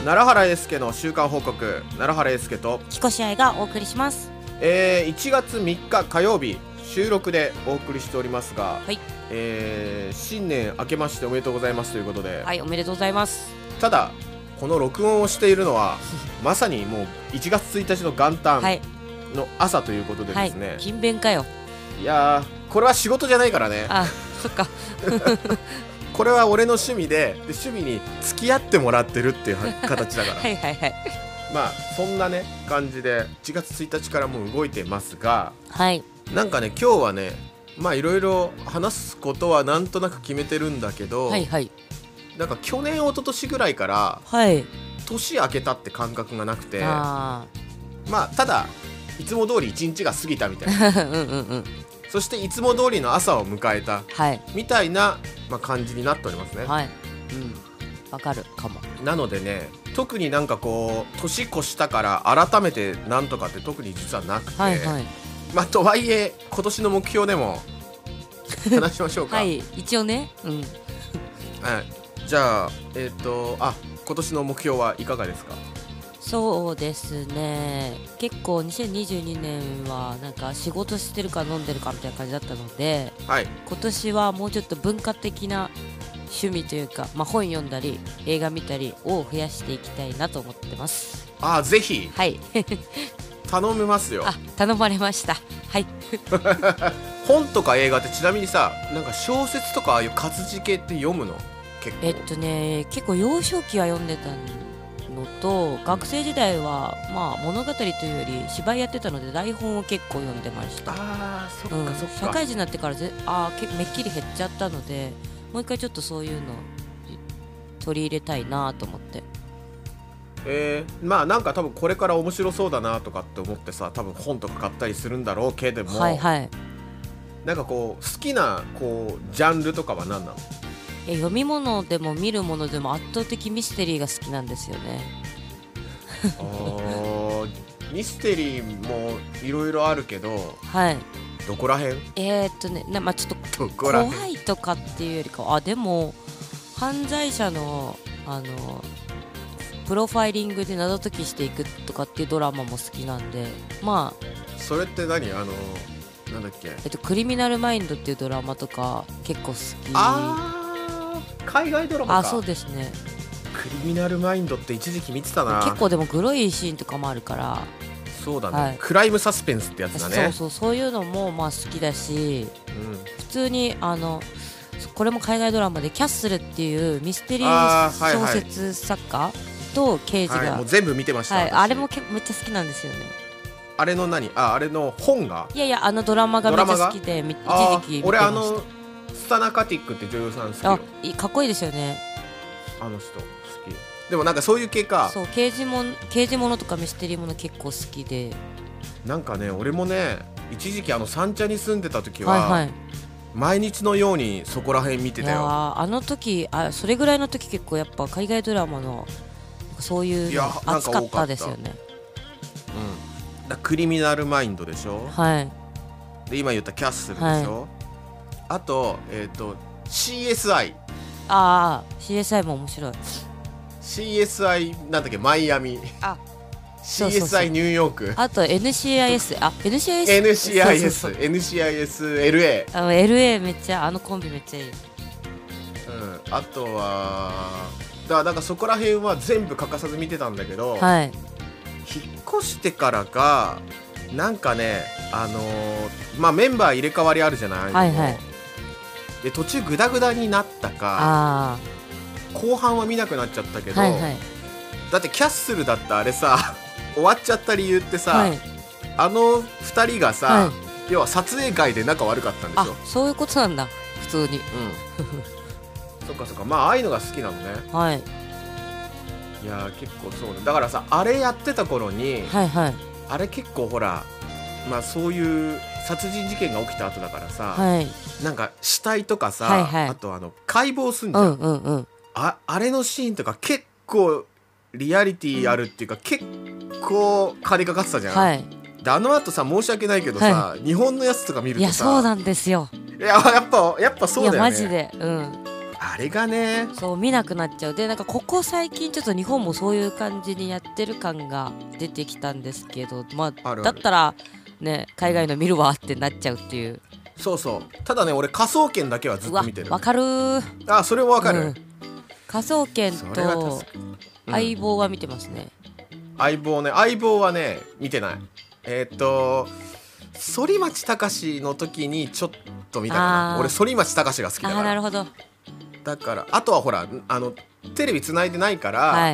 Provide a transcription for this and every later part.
奈良原英介の週間報告、奈良原英介と木越愛がお送りします。 1月3日火曜日収録でお送りしておりますが、 はい、 新年明けましておめでとうございますということで、 はい、おめでとうございます。 ただこの録音をしているのはまさにもう1月1日の元旦の朝ということでですね、 はい、勤勉かよ。 いやー、これは仕事じゃないからね。 あ、そっかこれは俺の趣味で趣味に付き合ってもらってるっていう形だからはいはいはい。 まあそんなね感じで1月1日からもう動いてますが、 はい、 なんかね今日はね、まあいろいろ話すことはなんとなく決めてるんだけど、 はいはい、 なんか去年一昨年ぐらいからはい年明けたって感覚がなくて、 あまあただいつも通り1日が過ぎたみたいなうんうんうん、 そしていつも通りの朝を迎えたはいみたいな、まあ、感じになっておりますね。 はい、わかるかも。 なのでね、特になんかこう年越したから改めてなんとかって特に実はなくて、 はいはい、 まあとはいえ今年の目標でも話しましょうか。 はい、一応ね、 はい、じゃあ今年の目標はいかがですか？ そうですね、結構2022年はなんか仕事してるか飲んでるかみたいな感じだったので、 はい、 今年はもうちょっと文化的な趣味というか、まあ、本読んだり映画見たりを増やしていきたいなと思ってます。 ぜひはい頼みますよ。 頼まれました。はい本とか映画ってちなみにさ、なんか小説とかああいう活字系って読むの？結構結構幼少期は読んでたのと、学生時代はまあ物語というより芝居やってたので台本を結構読んでました。 そっかそっか、 社会人になってから結構めっきり減っちゃったので、もう一回ちょっとそういうの取り入れたいなと思って。 まあなんか多分これから面白そうだなとかって思ってさ、多分本とか買ったりするんだろうけども、 はいはい、 なんかこう好きなこうジャンルとかは何なの？ 読み物でも見るものでも圧倒的ミステリーが好きなんですよねミステリーもいろいろあるけど、 はい、 どこら辺？ まあちょっと怖いとかっていうよりかでも犯罪者のプロファイリングで謎解きしていくとかっていうドラマも好きなんで、まあそれって何？なんだっけ？ クリミナルマインドっていうドラマとか結構好き。 海外ドラマか。 そうですね。 クリミナルマインドって一時期見てたな。 結構でもグロいシーンとかもあるから。 そうだね、 はい、 クライムサスペンスってやつだね。 そういうのもまあ好きだし、普通にこれも海外ドラマでキャッスルっていうミステリー小説作家と刑事が、 もう全部見てました、 あれもめっちゃ好きなんですよね。 あれのあれの本が？ いやドラマがめっちゃ好きで一時期見てました。 俺スタナカティックって女優さん好きよ。 かっこいいですよね、 あの人好き。でもなんかそういう系か。 そう、刑事ものとかミステリーもの結構好きで、 なんかね俺もね一時期三茶に住んでた時は、毎日のようにそこら辺見てたよ。 あの時それぐらいの時結構やっぱ海外ドラマのそういうの熱かったですよね。 クリミナルマインドでしょ。 はい。 で今言ったキャッスルでしょ。あとCSI。 CSI も面白い。 CSI なんだっけ、マイアミ。CSI ニューヨーク。 あと NCIS。 NCIS。LA。 LA めっちゃコンビめっちゃいい。 あとはなんかそこら辺は全部欠かさず見てたんだけど、 はい、 引っ越してからがなんかねまあメンバー入れ替わりあるじゃない。 はいはい。 で途中グダグダになったか、後半は見なくなっちゃったけど、 はいはい、 だってキャッスルだったあれさ終わっちゃった理由ってさ、あの2人がさ、要は撮影会で仲悪かったんでしょ。 そういうことなんだ普通に。 そっかそっか、まあああいうのが好きなのね。 はい。 いや結構そうね。だからさあれやってた頃に、あれ結構ほらまあそういう殺人事件が起きた後だからさ、なんか死体とかさ、あと解剖すんじゃん。あれのシーンとか結構リアリティあるっていうか、結構金かかってたじゃん。であの後さ申し訳ないけどさ、日本のやつとか見るとさ、 いやそうなんですよ。 やっぱそうだよね。 いやマジで、 あれがね、 そう見なくなっちゃう。でなんかここ最近ちょっと日本もそういう感じにやってる感が出てきたんですけど、まあ、だったらね海外の見るわってなっちゃうっていう。 そうそう。ただね俺科捜研だけはずっと見てる。 わかるー。 あ、それもわかる、 科捜研と相棒は見てますね、 相棒はね見てない。反町隆史の時にちょっと見たかな。俺反町隆史が好きだから。 あ、なるほど。 だからあとはほらテレビつないでないから、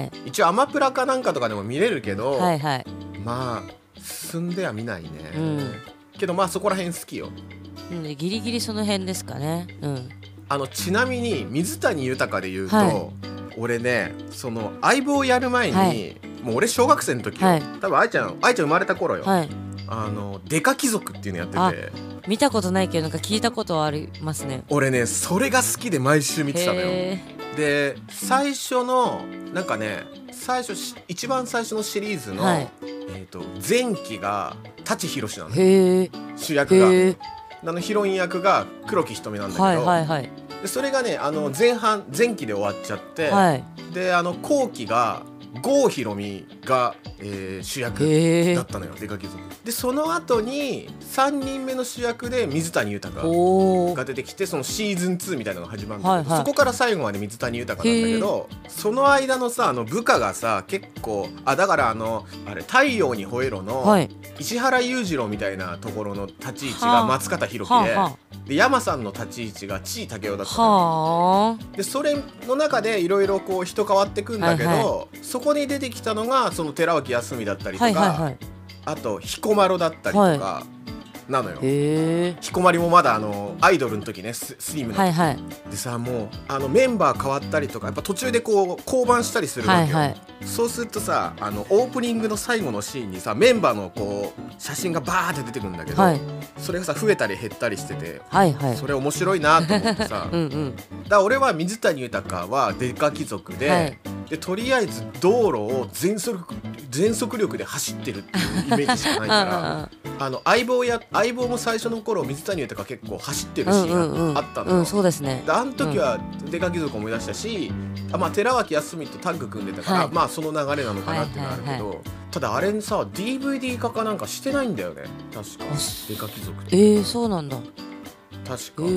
一応アマプラかなんかとかでも見れるけど、まあ進んでは見ないね、けどまあそこら辺好きよ、 ギリギリその辺ですかね、 ちなみに水谷豊で言うと、俺ねその相棒をやる前に、もう俺小学生の時よ、多分愛ちゃん生まれた頃よ、デカ貴族っていうのやってて、 見たことないけどなんか聞いたことはありますね。 俺ねそれが好きで毎週見てたのよ。で最初のなんかね一番最初のシリーズの、前期が舘ひろしなの、主役がヒロイン役が黒木瞳なんだけど、でそれがね前期で終わっちゃって、で後期が郷ひろみが、主役だったのよ、デカ貴族で。その後に3人目の主役で水谷豊が出てきて、そのシーズン2みたいなのが始まるんだけど、そこから最後まで水谷豊なんだけど、その間のさ部下がさ結構だからあれ太陽にほえろの石原裕次郎みたいなところの立ち位置が松方弘樹で、山さんの立ち位置が地井武雄だったのよ。でそれの中でいろいろこう人変わってくんだけど、そこに出てきたのがその寺脇康文だったりとか、あと彦摩呂だったりとかなのよ。彦摩呂もまだアイドルの時ね、スリムの時、でさ、もうメンバー変わったりとかやっぱ途中でこう降板したりするわけよ、そうするとさオープニングの最後のシーンにさメンバーのこう写真がバーって出てくるんだけど、それがさ増えたり減ったりしてて、それ面白いなと思ってさだから俺は水谷豊はデカ貴族で、でとりあえず道路を全速力で走ってるっていうイメージしかないから相棒も最初の頃水谷豊結構走ってるシーンあったのよ。 そうですね。 あの時はデカ貴族思い出したし、寺脇康文とタッグ組んでたから、まあその流れなのかなっていうのはあるけど、ただあれにさ DVD 化かなんかしてないんだよね確か、デカ貴族って。 そうなんだ。 確か、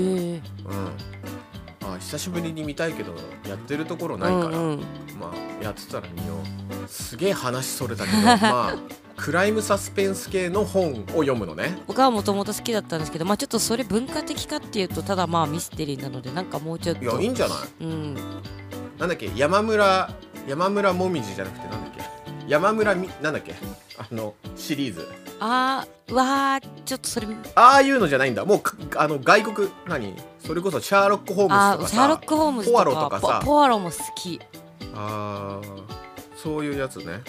久しぶりに見たいけどやってるところないから、まあやってたら見よう。すげえ話それたけどまあクライムサスペンス系の本を読むのね。 僕はもともと好きだったんですけど、まあちょっとそれ文化的かっていうとただまあミステリーなので、なんかもうちょっといいんじゃない、なんだっけ山村もみじじゃなくてなんだっけ山村なんだっけシリーズちょっとそれああいうのじゃないんだ。もう外国それこそシャーロック・ホームズとかさ、 シャーロック・ホームズとかポアロとかさ、 ポアロも好き。 そういうやつね。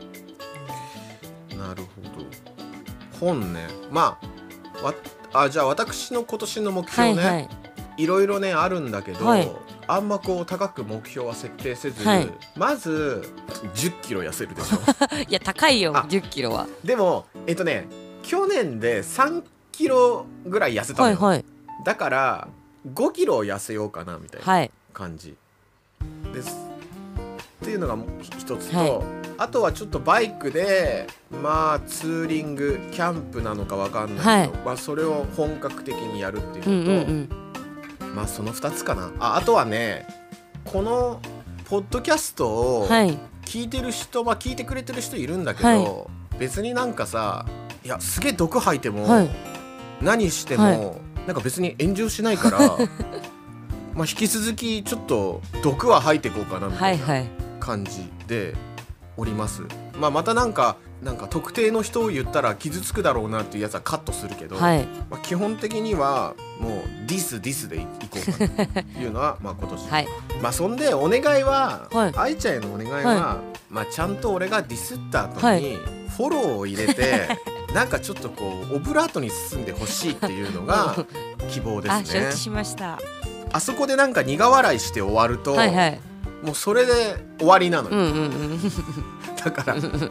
なるほど。本ね。まあじゃあ私の今年の目標ね、いろいろねあるんだけど、あんまこう高く目標は設定せず、まず10キロ痩せるでしょいや高いよ10キロは。 でも去年で3キロぐらい痩せたのよ、だから5キロ痩せようかなみたいな感じです、っていうのが一つと、あとはちょっとバイクでまあツーリングキャンプなのかわかんないけど、まあそれを本格的にやるっていうのと、まあその2つかな。あとはね、このポッドキャストを聞いてる人、聞いてくれてる人いるんだけど、別になんかさ、いやすげえ毒吐いても、何しても、なんか別に炎上しないからまあ引き続きちょっと毒は吐いていこうかなみたいな感じでおります。またなんか特定の人を言ったら傷つくだろうなっていうやつはカットするけど、基本的にはもうディスでいこうかなというのはまあ今年、そんでお願いは、愛ちゃんへのお願いは、ちゃんと俺がディスった後にフォローを入れて、なんかちょっとこうオブラートに包んでほしいっていうのが希望ですね。 承知しました。 あそこでなんか苦笑いして終わると、もうそれで終わりなのよ、だからい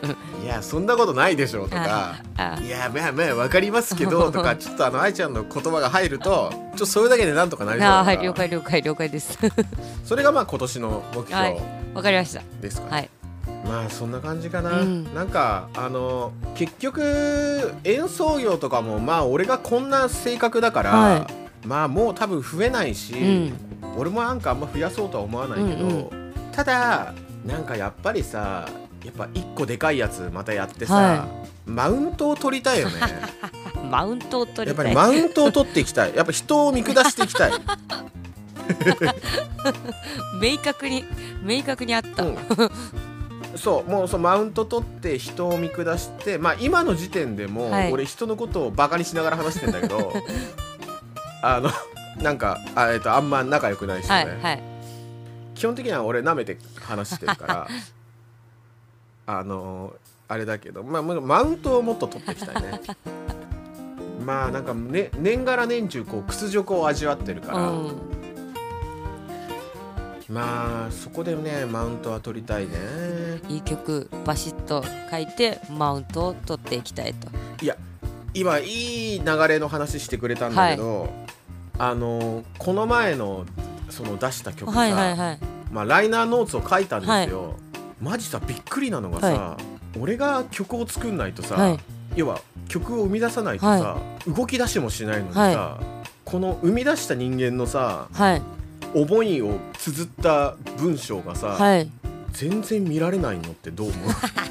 いやそんなことないでしょとか、いやまあまあ分かりますけどとか、ちょっと愛ちゃんの言葉が入るとちょっとそれだけでなんとかなりそうだから。 了解了解了解ですそれがまあ今年の目標、 わかりましたですかね。 はい、 まあそんな感じかな、なんか結局演奏業とかもまあ俺がこんな性格だから、まあもう多分増えないし、俺もなんかあんま増やそうとは思わないけど、ただなんかやっぱりさ、やっぱ一個でかいやつまたやってさ、マウントを取りたいよねマウントを取りたい、 やっぱりマウントを取っていきたいやっぱ人を見下していきたい明確にあった、 そうもうそのマウント取って人を見下して、まあ今の時点でも俺人のことをバカにしながら話してんだけどなんかあんま仲良くないですよね、基本的には俺舐めて話してるからあれだけど、まあマウントをもっと取っていきたいねまあなんか、ね、年がら年中こう屈辱を味わってるから、まあそこでねマウントは取りたいね。 いい曲バシッと書いてマウントを取っていきたいと。 いや今いい流れの話してくれたんだけど、この前のその出した曲さ、まあ、ライナーノーツを書いたんですよ、マジさびっくりなのがさ、俺が曲を作んないとさ、要は曲を生み出さないとさ、動き出しもしないのにさ、この生み出した人間のさ、思いを綴った文章がさ、全然見られないのってどう思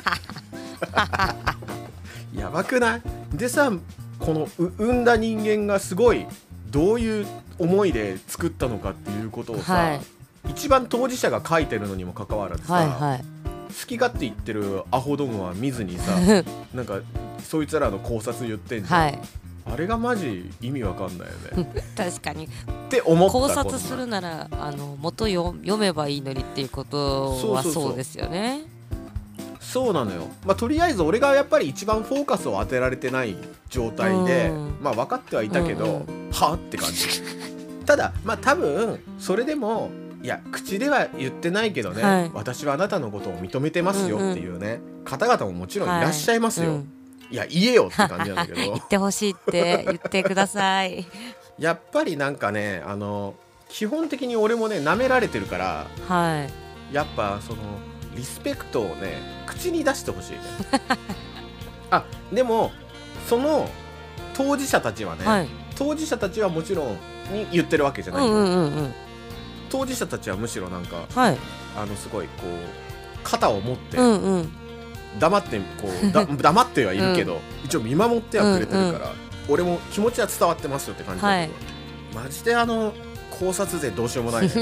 うやばくない？でさ、この生んだ人間がすごいどういう思いで作ったのかっていうことをさ、一番当事者が書いてるのにもかかわらずさ、好き勝手言ってるアホどもは見ずにさなんかそいつらの考察言ってんじゃん、あれがマジ意味わかんないよね確かにって思った。 考察するなら元読めばいいのにっていうことはそうですよね。 そうなのよ、まあ、とりあえず俺がやっぱり一番フォーカスを当てられてない状態で、まあ分かってはいたけど、はぁって感じただまあ多分それでもいや口では言ってないけどね、私はあなたのことを認めてますよっていうね、方々ももちろんいらっしゃいますよ、いや言えよって感じなんだけど言ってほしいって言ってくださいやっぱりなんかね基本的に俺もね舐められてるから、やっぱそのリスペクトをね口に出してほしいねあでもその当事者たちはね、当事者たちはもちろんに言ってるわけじゃないよ、当事者たちはむしろなんか、すごいこう肩を持って、黙ってこう黙ってはいるけど、一応見守ってはくれてるから、俺も気持ちは伝わってますよって感じだけど、マジで考察勢どうしようもないね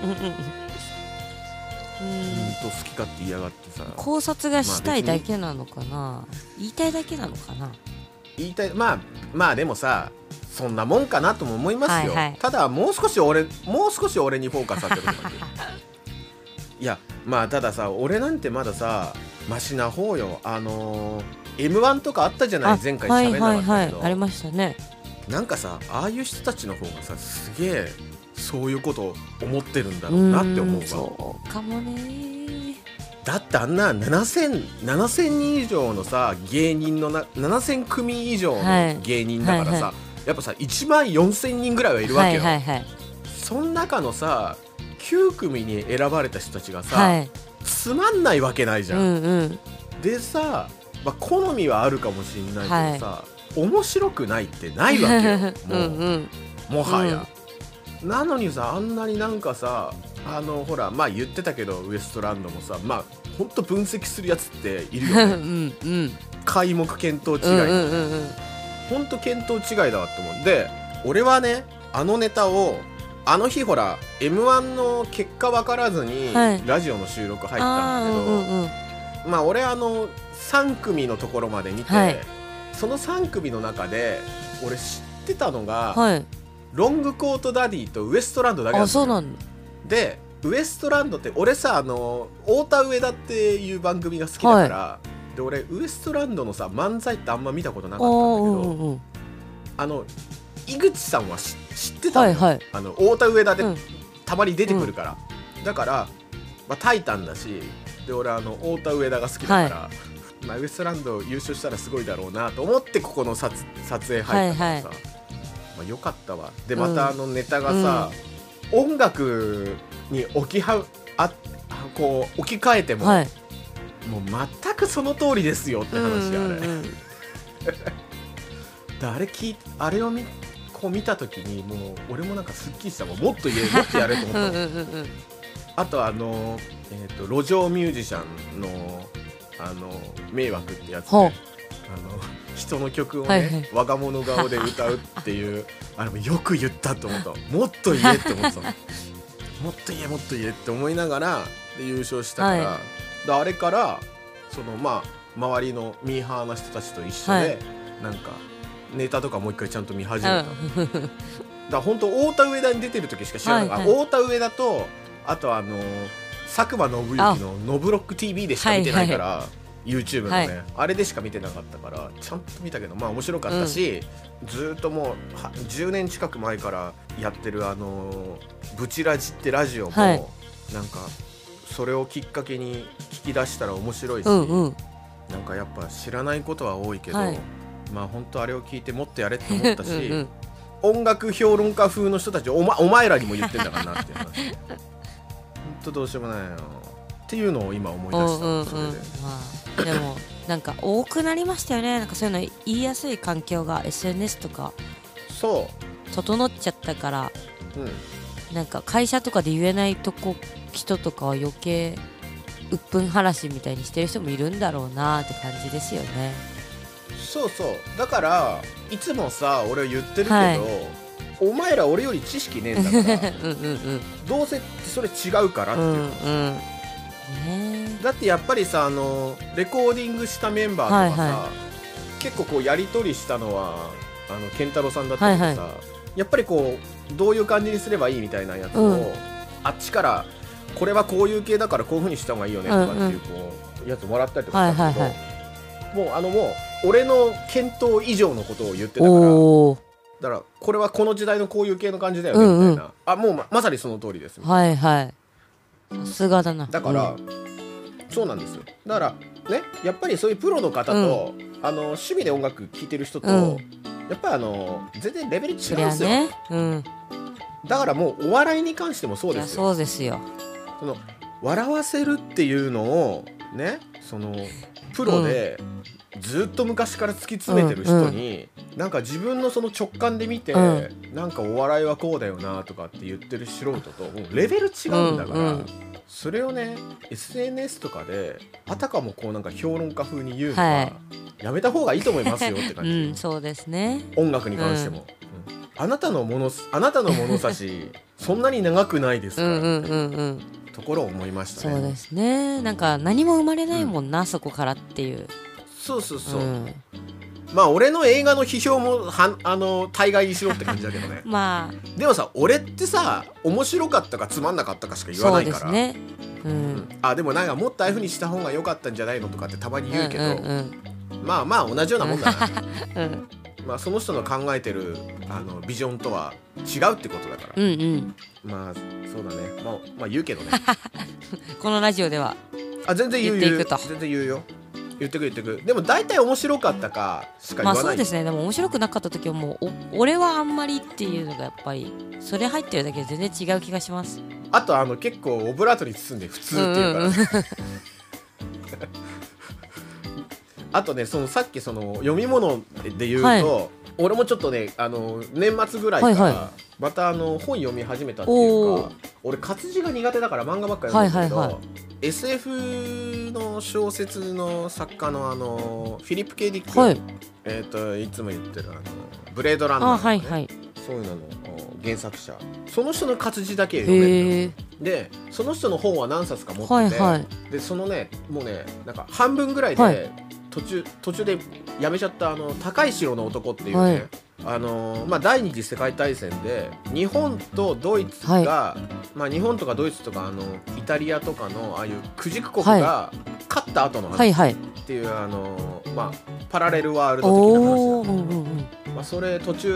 好き勝手言いやがってさ。 考察がしたいだけなのかな、言いたいだけなのかな。 言いたい、まあでもさそんなもんかなとも思いますよ、ただもう少し俺にフォーカス当てる感じいやまあたださ俺なんてまださマシな方よ。M1 とかあったじゃない、前回喋らなかったけど、 ありましたね。 なんかさああいう人たちの方がさすげえそういうことを思ってるんだろうなって思うわ。 そうかもね。 だってあんな7000人以上のさ芸人の7000組以上の芸人だからさ、やっぱさ1万4000人ぐらいはいるわけよ、その中のさ9組に選ばれた人たちがさ、つまんないわけないじゃん、でさ、まあ、好みはあるかもしれないけどさ、面白くないってないわけよもはや、なのにさあんなになんかさほらまあ言ってたけどウエストランドもさまあほんと分析するやつっているよね皆目見当違い、ほんと見当違いだわって思うんで、俺はねネタを日ほら M1 の結果分からずにラジオの収録入ったんだけど、まあ俺3組のところまで見て、その3組の中で俺知ってたのが、ロングコートダディとウエストランドだけだったの。 そうなんだ。 でウエストランドって俺さ太田上田っていう番組が好きだから、で俺ウエストランドのさ漫才ってあんま見たことなかったんだけど、井口さんは知ってたのよ、太田上田でたまに出てくるから、だから、まあ、タイタンだしで俺太田上田が好きだから、 まあ、ウエストランド優勝したらすごいだろうなと思ってここの撮影入ったからさ、まあ、よかったわ。でまたネタがさ、音楽に置き換えても、もう全くその通りですよって話あれ。あれをこう見た時にもう俺もなんかすっきりしたもん。もっとやれと思ったあと路上ミュージシャンの迷惑ってやつで、人の曲をね、我が物顔で歌うっていうあれもよく言ったと思った。もっと言えって思ってたもっと言えって思いながらで優勝したから、であれからまあ周りのミーハーな人たちと一緒で、なんかネタとかもう一回ちゃんと見始めた、だから本当太田上田に出てる時しか知らなかった、太田上田とあと佐久間信行の「ノブロック TV」でしか見てないから、YouTube のね、あれでしか見てなかったからちゃんと見たけど、まあ面白かったし、ずっともう10年近く前からやってるブチラジってラジオも、なんかそれをきっかけに聞き出したら面白いし、なんかやっぱ知らないことは多いけど、まあ本当あれを聞いてもっとやれって思ったし音楽評論家風の人たちお前らにも言ってんだからなっていう話本当どうしようもないよっていうのを今思い出した。それで、 まあ、でもなんか多くなりましたよね。なんかそういうの言いやすい環境が SNS とか整っちゃったから、なんか会社とかで言えない人とかは余計鬱憤晴らしみたいにしてる人もいるんだろうなって感じですよね。 そうだからいつもさ俺は言ってるけど、お前ら俺より知識ねえんだからどうせそれ違うからっていうか、だってやっぱりさレコーディングしたメンバーとかさ、結構こうやり取りしたのは健太郎さんだったけどさ、やっぱりこうどういう感じにすればいいみたいなやつを、あっちからこれはこういう系だからこういう風にした方がいいよねとかっていうやつもらったりとかしたけど、もう俺の検討以上のことを言ってたから、だからこれはこの時代のこういう系の感じだよねみたいな、もう まさにその通りですみたいな。さすがだな。 だから、そうなんですよ。だからね、やっぱりそういうプロの方と、趣味で音楽聴いてる人と、やっぱり全然レベル違うんですよ。だからもうお笑いに関してもそうですよ。 そうですよ。 笑わせるっていうのをね、プロでずっと昔から突き詰めてる人に、なんか自分のその直感で見て、なんかお笑いはこうだよなとかって言ってる素人ともうレベル違うんだから、それをね SNS とかであたかもこうなんか評論家風に言うのはやめた方がいいと思いますよって感じ。 そうですね。 音楽に関しても、あなたの物差しそんなに長くないですからところを思いましたね。 そうですね。なんか何も生まれないもんな、そこからっていう。 そう、まあ俺の映画の批評も大概にしろって感じだけどねまあでもさ、俺ってさ面白かったかつまんなかったかしか言わないから。そうですね。でもなんかもっとああいう風にした方が良かったんじゃないのとかってたまに言うけど、まあ同じようなもんだなまあその人の考えてるビジョンとは違うってことだから、まあそうだね、まあ言うけどねこのラジオでは全然言っていくと。全然言うよ。言ってくでも大体面白かったかしか言わない。 まあそうですね。でも面白くなかった時はもう俺はあんまりっていうのがやっぱりそれ入ってるだけで全然違う気がします。 あと結構オブラートに包んで普通っていうからあとねさっき読み物で言うと、俺もちょっとね年末ぐらいからまた本読み始めたっていうか、俺活字が苦手だから漫画ばっかり読んでるけど、SF の小説の作家のフィリップ・K・ディック、いつも言ってるブレードランナーの、ね、そういうのの原作者、その人の活字だけ読めるで、その人の本は何冊か持ってて、でもうねなんか半分ぐらいで、途中でやめちゃった高い城の男っていうね、第二次世界大戦で日本とドイツが、日本とかドイツとかイタリアとかのああいう九軸国が勝った後の話っていう、パラレルワールド的な話なんで、それ途中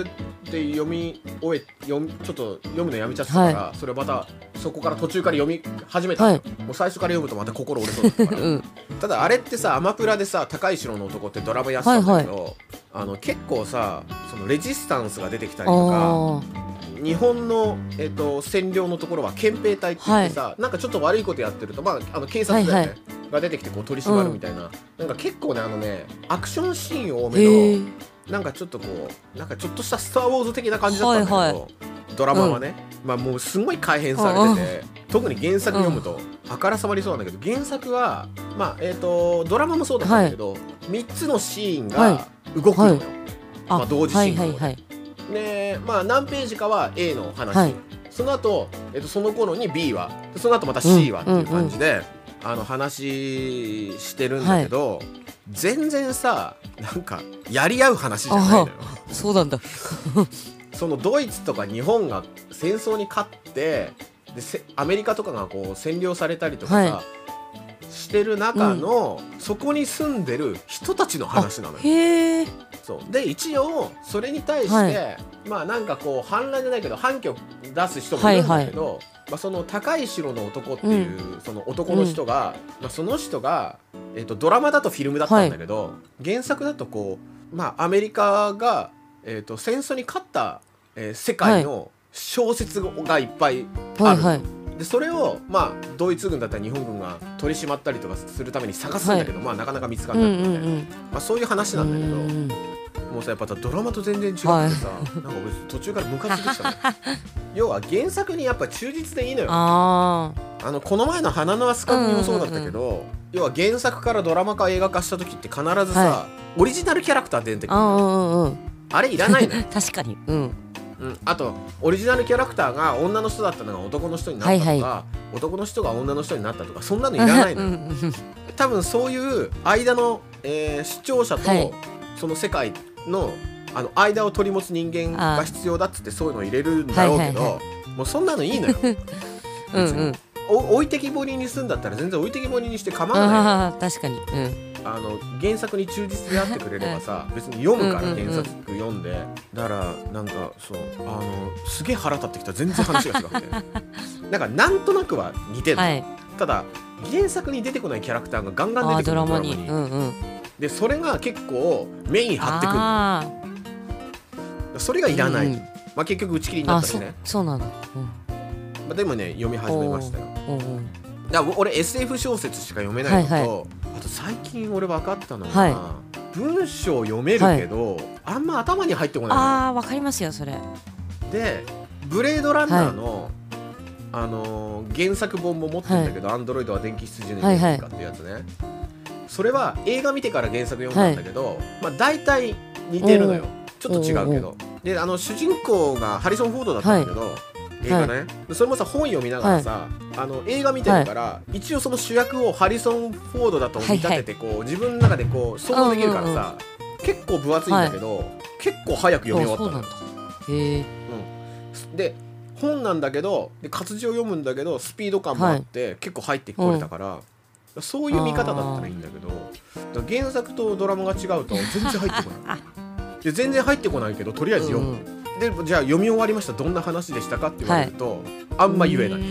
でちょっと読むのやめちゃったから、それまたそこから途中から読み始めた、もう最初から読むとまた心折れそうだったから、ただあれってさアマプラでさ高い城の男ってドラマやってたんだけど、結構さそのレジスタンスが出てきたりとか、日本の、占領のところは憲兵隊って言ってさ、なんかちょっと悪いことやってると、警察だよね、が出てきてこう取り締まるみたいな、なんか結構ねアクションシーン多めのなんかちょっとこうなんかちょっとしたスター・ウォーズ的な感じだったんだけど、ドラマはね、もうすごい改変されてて、特に原作読むとあからさまりそうなんだけど、原作はドラマもそうだったんだけど、3つのシーンが動くのよ、同時進行で、何ページかは A の話、その後、その頃に B 話、その後また C 話っていう感じで、話してるんだけど、全然さなんかやり合う話じゃないのよ。 そうなんだそのドイツとか日本が戦争に勝ってアメリカとかがこう占領されたりとかさ、してる中の、そこに住んでる人たちの話なのよ。そうで一応それに対して、なんかこう反乱じゃないけど反響出す人もいるんだけど、その高い城の男っていう、その男の人が、その人が、ドラマだとフィルムだったんだけど、原作だとこう、アメリカが、戦争に勝った、世界の小説がいっぱいある、でそれを、ドイツ軍だったり日本軍が取り締まったりとかするために探すんだけど、なかなか見つからなくて、みたいな、そういう話なんだけど、もうさやっぱドラマと全然違ってさ、なんか俺途中からムカついてきたね要は原作にやっぱ忠実でいいのよ。この前の花のアスカ組もそうだったけど、要は原作からドラマ化映画化した時って必ずさ、オリジナルキャラクター出てくる、あれいらないのよ確かに、 あとオリジナルキャラクターが女の人だったのが男の人になったとか、男の人が女の人になったとか、そんなのいらないのよ多分そういう間の、視聴者とその世界の間を取り持つ人間が必要だっつってそういうのを入れるんだろうけど、もうそんなのいいのよ置いてきぼりにするんだったら全然置いてきぼりにして構わないよ。 確かに、 原作に忠実であってくれればさ別に読むから原作読んで、だからなんかそうすげえ腹立ってきた。全然話が違くてなんかなんとなくは似てる、ただ原作に出てこないキャラクターがガンガン出てくるドラマに、でそれが結構メイン張ってくる、それがいらない、結局打ち切りになったしね。 そうなんだ、 でもね読み始めましたよ。だから俺 SF 小説しか読めないのと、あと最近俺分かったのが、文章読めるけど、あんま頭に入ってこないの。 わかりますよそれでブレードランナーの、原作本も持ってるんだけど、アンドロイドは電気羊の原作かってやつね、それは映画見てから原作読んだんだけど、大体似てるのよ。ちょっと違うけど、で主人公がハリソン・フォードだったんだけど、映画ね、それもさ本読みながらさ、映画見てるから、一応その主役をハリソン・フォードだと見立ててこう、自分の中でこう想像できるからさ、結構分厚いんだけど、結構早く読み終わったのよ。で本なんだけど活字を読むんだけどスピード感もあって、結構入ってこれたから、そういう見方だったらいいんだけど、原作とドラマが違うと全然入ってこないで全然入ってこないけどとりあえず読む、でじゃあ読み終わりましたどんな話でしたかって言われると、あんま言えない。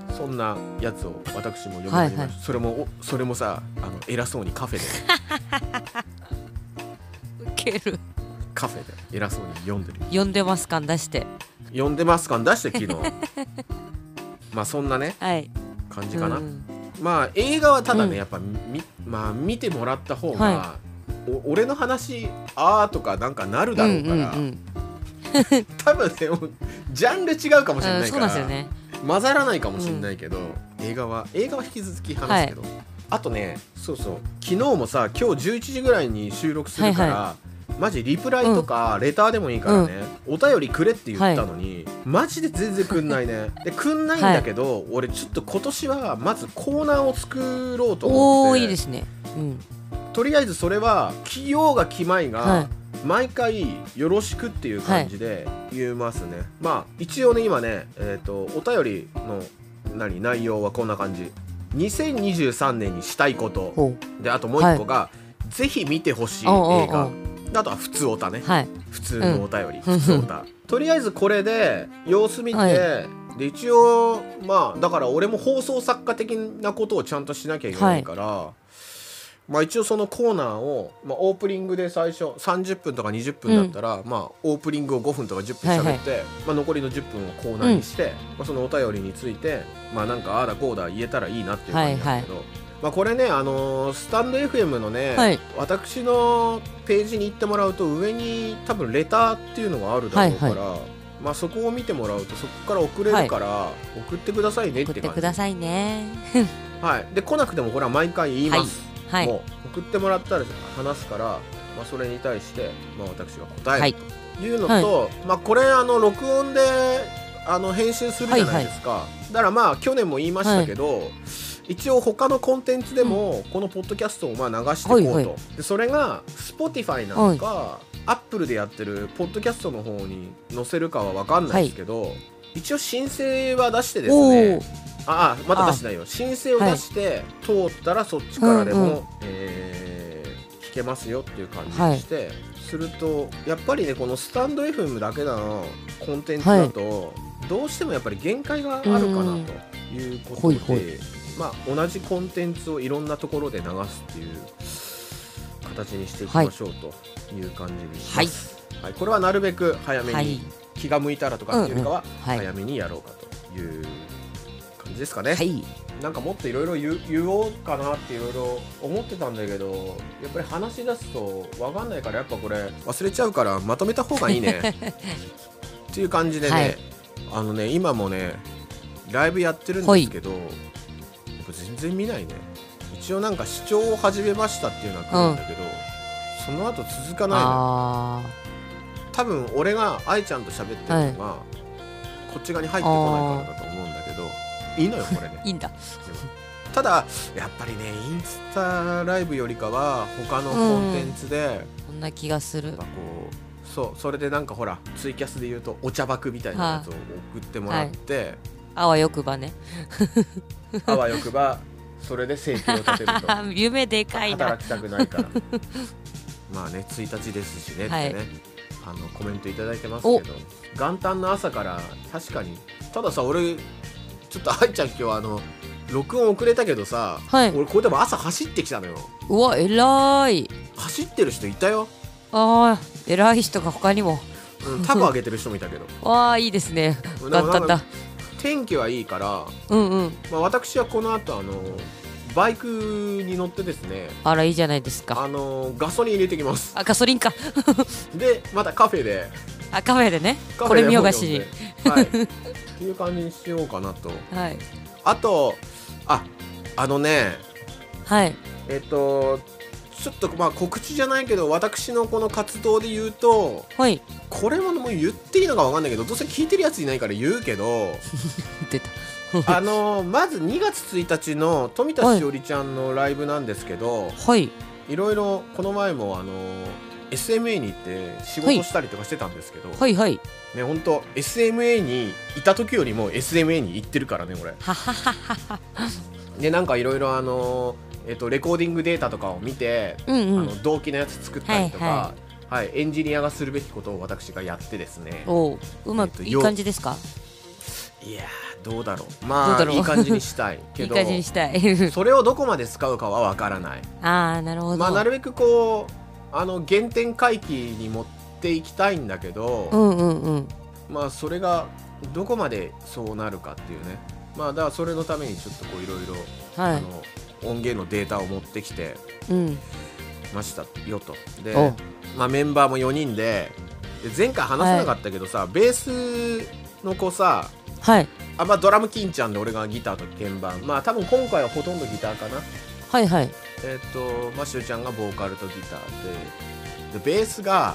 そんなやつを私も読み始めました。それもさ偉そうにカフェでウケる。 カフェで偉そうに読んでる。 読んでます感出して昨日そんなね、感じかな。映画はただね、やっぱ見てもらった方が、俺の話とかなんかなるだろうから、多分ねジャンル違うかもしれないから、混ざらないかもしれないけど、映画は引き続き話すけど、あとね昨日もさ今日11時ぐらいに収録するから、マジリプライとかレターでもいいからね、お便りくれって言ったのに、マジで全然くんないね。でくんないんだけど、俺ちょっと今年はまずコーナーを作ろうと思って。 いいですね。 とりあえずそれは来ようが来まいが、毎回よろしくっていう感じで言いますね。一応ね今ね、お便りの内容はこんな感じ。2023年にしたいことで、あともう一個がぜひ見てほしい映画あとは普通オタね、 はい、 普通のお便り、普通オタとりあえずこれで様子見て、はい、で一応まあだから俺も放送作家的なことをちゃんとしなきゃいけないから、はい、まあ一応そのコーナーを、まあ、オープニングで最初30分とか20分だったら、まあオープニングを5分とか10分喋って、はいはい、まあ、残りの10分をコーナーにして、まあ、そのお便りについてまあなんかああだこうだ言えたらいいなっていう感じなんだけど、はいはい、まあ、これね、スタンド FM のね、はい、私のページに行ってもらうと上に多分レターっていうのがあるだろうから、はいはい、まあ、そこを見てもらうとそこから送れるから、はい、送ってくださいねって感じ。 送ってくださいねはい、で来なくてもこれは毎回言います、 はい、 もう送ってもらったら話すから、まあ、それに対して、まあ、私が答えるというのと、はい、まあ、これ録音で編集するじゃないですか、はいはい、だからまあ去年も言いましたけど、はい、一応他のコンテンツでもこのポッドキャストをまあ流していこうと、はいはい、でそれが Spotify なのか、はい、Apple でやってるポッドキャストの方に載せるかは分かんないですけど、はい、一応申請は出してですね、まだ出してないよ、申請を出して、はい、通ったらそっちからでも、聞けますよっていう感じにして、はい、するとやっぱりねこのスタンド FM だけのコンテンツだと、はい、どうしてもやっぱり限界があるかなということで、はいはい、まあ、同じコンテンツをいろんなところで流すっていう形にしていきましょうという感じにします、はいはい、これはなるべく早めに、はい、気が向いたらとかっていうよりかは早めにやろうかという感じですかね、はい、なんかもっといろいろ言おうかなっていろいろ思ってたんだけどやっぱり話し出すと分かんないからやっぱこれ忘れちゃうからまとめた方がいいねっていう感じでね、はい、今もねライブやってるんですけど、はい、全然見ないね。一応なんか視聴を始めましたっていうのは来るんだけど、その後続かないの。多分俺が愛ちゃんと喋ってるのが、こっち側に入ってこないからだと思うんだけど、いいのよこれねいいんだただやっぱりねインスタライブよりかは他のコンテンツで、 こんな気がする。 こうそれでなんかほらツイキャスで言うとお茶爆みたいなやつを送ってもらって、 あわよくばねあわよくばそれで生計を立てると夢でかいな、 働きたくないからまあね1日ですしねってね、はい、コメントいただいてますけど、元旦の朝から確かにたださ俺ちょっと愛ちゃん今日録音遅れたけどさ、はい、俺これでも朝走ってきたのよ。 うわ偉い。 走ってる人いたよ。 あー偉い人が他にも、 タグ上げてる人もいたけどわあいいですね。元旦だ。 天気はいいから、まあ、私はこの後バイクに乗ってですね、 あらいいじゃないですか。 ガソリン入れてきます。 ガソリンかでまたカフェでねこれ見よがしにはいっていう感じにしようかなと、 はい、 あとはいちょっとまあ告知じゃないけど私のこの活動で言うと、 はい、 これももう言っていいのか分かんないけどどうせ聞いてるやついないから言うけど出たまず2月1日の富田しおりちゃんのライブなんですけど、 はい、 いろいろこの前もSMA に行って仕事したりとかしてたんですけど、 はいはいね、本当 SMA にいた時よりも SMA に行ってるからね俺でなんかいろいろレコーディングデータとかを見て、同期のやつ作ったりとか、はい、エンジニアがするべきことを私がやってですね。 うまくいい感じですか？ いやどうだろう。まあいい感じにしたいけどいい感じにしたいそれをどこまで使うかはわからない。 なるほど。 まあなるべくこう原点回帰に持っていきたいんだけど、まあそれがどこまでそうなるかっていうね。まあだからそれのためにちょっとこういろいろ音源のデータを持ってきてましたよと。で、まあ、メンバーも4人で前回話せなかったけどさ、ベースの子さ、まあ、ドラム金ちゃんで俺がギターと鍵盤、まあ多分今回はほとんどギターかな。まあしおちゃんがボーカルとギターでベースが、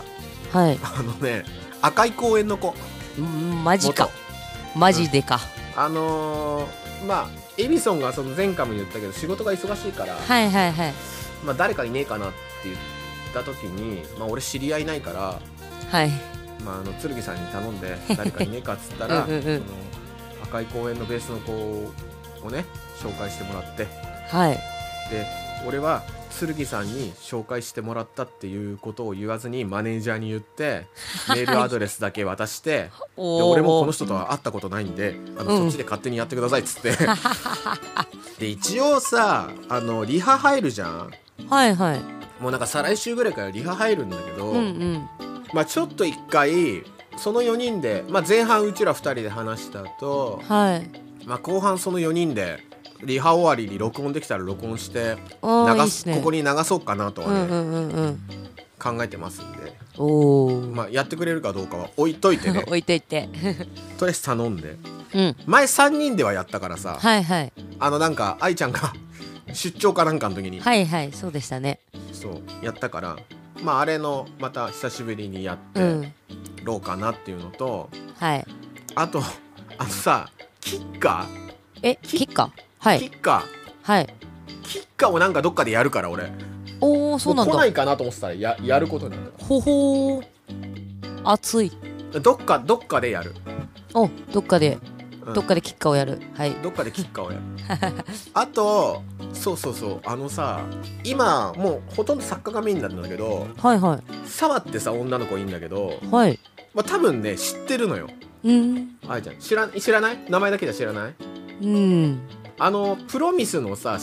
赤い公園の子。 マジか。マジでか。 まあエビソンがその前回も言ったけど仕事が忙しいから、まあ、誰かいねえかなって言った時に、まあ、俺知り合いないから、まあ、剣さんに頼んで誰かいねえかっつったらその赤い公園のベースの子をね紹介してもらって、で俺は剣さんに紹介してもらったっていうことを言わずにマネージャーに言ってメールアドレスだけ渡してで俺もこの人とは会ったことないんでそっちで勝手にやってくださいっつってで一応さリハ入るじゃん。 はいはい。 もうなんか再来週ぐらいからリハ入るんだけど、 うんうん、 まあちょっと一回その4人で、まあ、前半うちら2人で話した後、 はい、 まあ、後半その4人でリハ終わりに録音できたら録音していいっすね、 ここに流そうかなとはね、 うんうんうんうん、 考えてますんで、 まあ、やってくれるかどうかは置いといてね置いといてとりあえず頼んで、 うん、 前3人ではやったからさ、 はいはい、 なんか愛ちゃんが出張かなんかの時にはいはいそうでしたね。 そうやったからまああれのまた久しぶりにやってろうかなっていうのと、 はい、 あとさキッカーキッカーはいキッカーはいキッカーをなんかどっかでやるから俺そうなんだ。 来ないかなと思ってたらやることになった。 ほほー熱い。 どっかでやる。 どっかでキッカーをやる。はい。 どっかでキッカーをやる。あとそうさ今もうほとんど作家がメインなんだけど、 はいはい。 沢ってさ女の子いいんだけど、 はい。 まあ多分ね知ってるのよ。あいちゃん知らない？名前だけじゃ知らない？プロミスのさ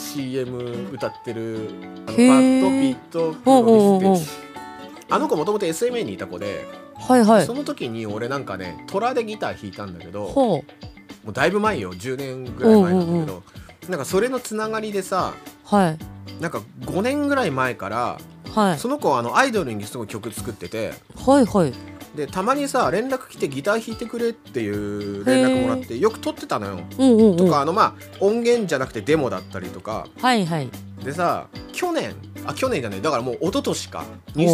CM 歌ってるパッドピットプロミスってあの子もともと SMA にいた子で、 はいはい、 その時に俺なんかねトラでギター弾いたんだけど、もうだいぶ前よ10年ぐらい前なんだけど、なんかそれのつながりでさ、 はい、 なんか5年ぐらい前から、 はい、 その子はアイドルにすごい曲作ってて、 はいはい、 でたまにさ連絡来てギター弾いてくれっていう連絡もらってよく撮ってたのよ、とかまあ音源じゃなくてデモだったりとか、 はいはい、 でさ去年じゃないだからもう一昨年か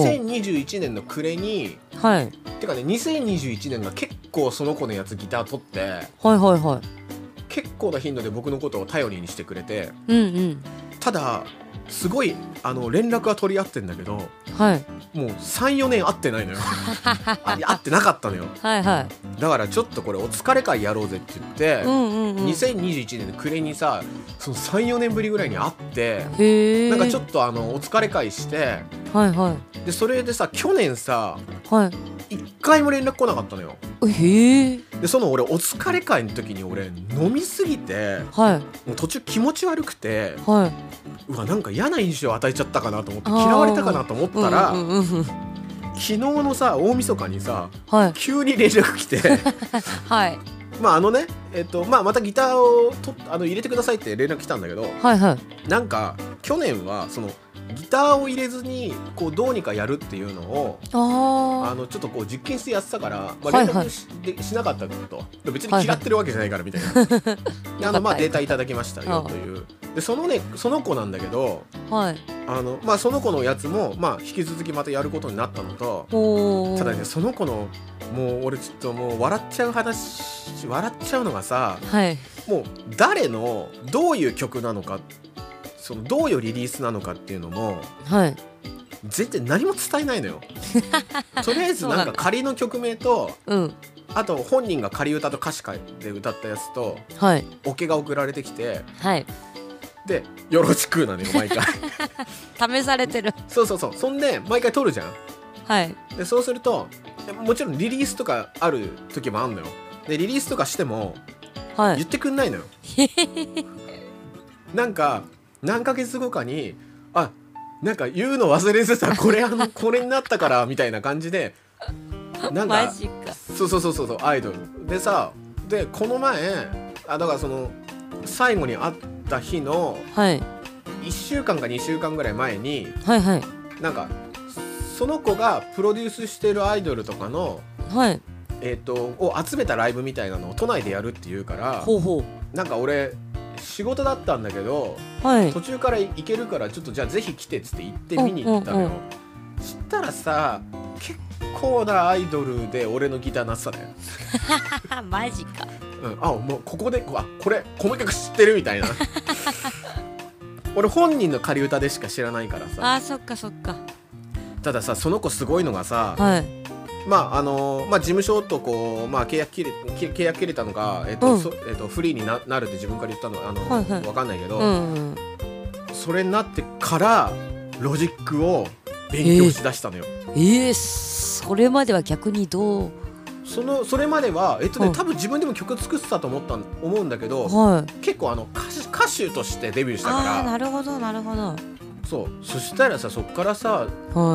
2021年の暮れに、 はい、 てかね2021年が結構その子のやつギター撮って、 はいはいはい、 結構な頻度で僕のことを頼りにしてくれて、ただすごい連絡は取り合ってんだけど、 はい、 もう 3,4 年会ってないのよ会ってなかったのよはい、はい、 だからちょっとこれお疲れ会やろうぜって言って、2021年の暮れにさその 3,4 年ぶりぐらいに会って、なんかちょっとお疲れ会して、 はいはい、 でそれでさ去年さ、 はい、 1回も連絡来なかったのよ。でその俺お疲れ会の時に俺飲みすぎて、 はい、 もう途中気持ち悪くて、 はい、 うわなんか嫌な印象を与えちゃったかなと思って嫌われたかなと思ったら、昨日のさ大晦日にさ、はい、急に連絡来てはい、 まあまあ、またギターを入れてくださいって連絡来たんだけど、 はいはい、 なんか去年はそのギターを入れずにこうどうにかやるっていうのをちょっとこう実験してやってたから、まあ、連絡 しなかったと。別に嫌ってるわけじゃないからみたいな、でまあデータいただきましたよという。でその子なんだけど、 はい、 まあ、その子のやつも、まあ、引き続きまたやることになったのと、ただねその子のもう俺ちょっともう笑っちゃうのがさ、 はい、 もう誰のどういう曲なのかそのどういうリリースなのかっていうのも、 はい、 全然何も伝えないのよとりあえずなんか仮の曲名と、あと本人が仮歌と歌詞で歌ったやつと、 はい、 オケが送られてきて、 はい、 でよろしくなのよ毎回試されてる。 そうそんで毎回撮るじゃん。 はい、 でそうするともちろんリリースとかある時もあんのよ。でリリースとかしても、はい、言ってくんないのよなんか何ヶ月後かになんか言うの忘れてたこれになったからみたいな感じでなんかマジか。 そうアイドルでさ、でこの前だからその最後に会った日の1週間か2週間ぐらい前に、 はいはい、 なんかその子がプロデュースしてるアイドルとかの、 はい、 を集めたライブみたいなのを都内でやるっていうから、なんか俺仕事だったんだけど、はい、途中から行けるからちょっとじゃあぜひ来てっつって行って見に行ったのよ。知ったらさ結構なアイドルで俺のギター鳴ってたねマジか、 もうここでこの曲知ってるみたいな俺本人の仮歌でしか知らないからさ。 そっかそっか。 たださその子すごいのがさ、 はい、 まあ事務所とこう、まあ、契約切れたのが、フリーに なるって自分から言ったの分かんないけど、それになってからロジックを勉強しだしたのよ。 それまでは逆にどう？ それまでは多分自分でも曲作ってたと思うんだけど、結構歌手としてデビューしたから。 なるほどなるほど。 そしたらさ、そっからさ、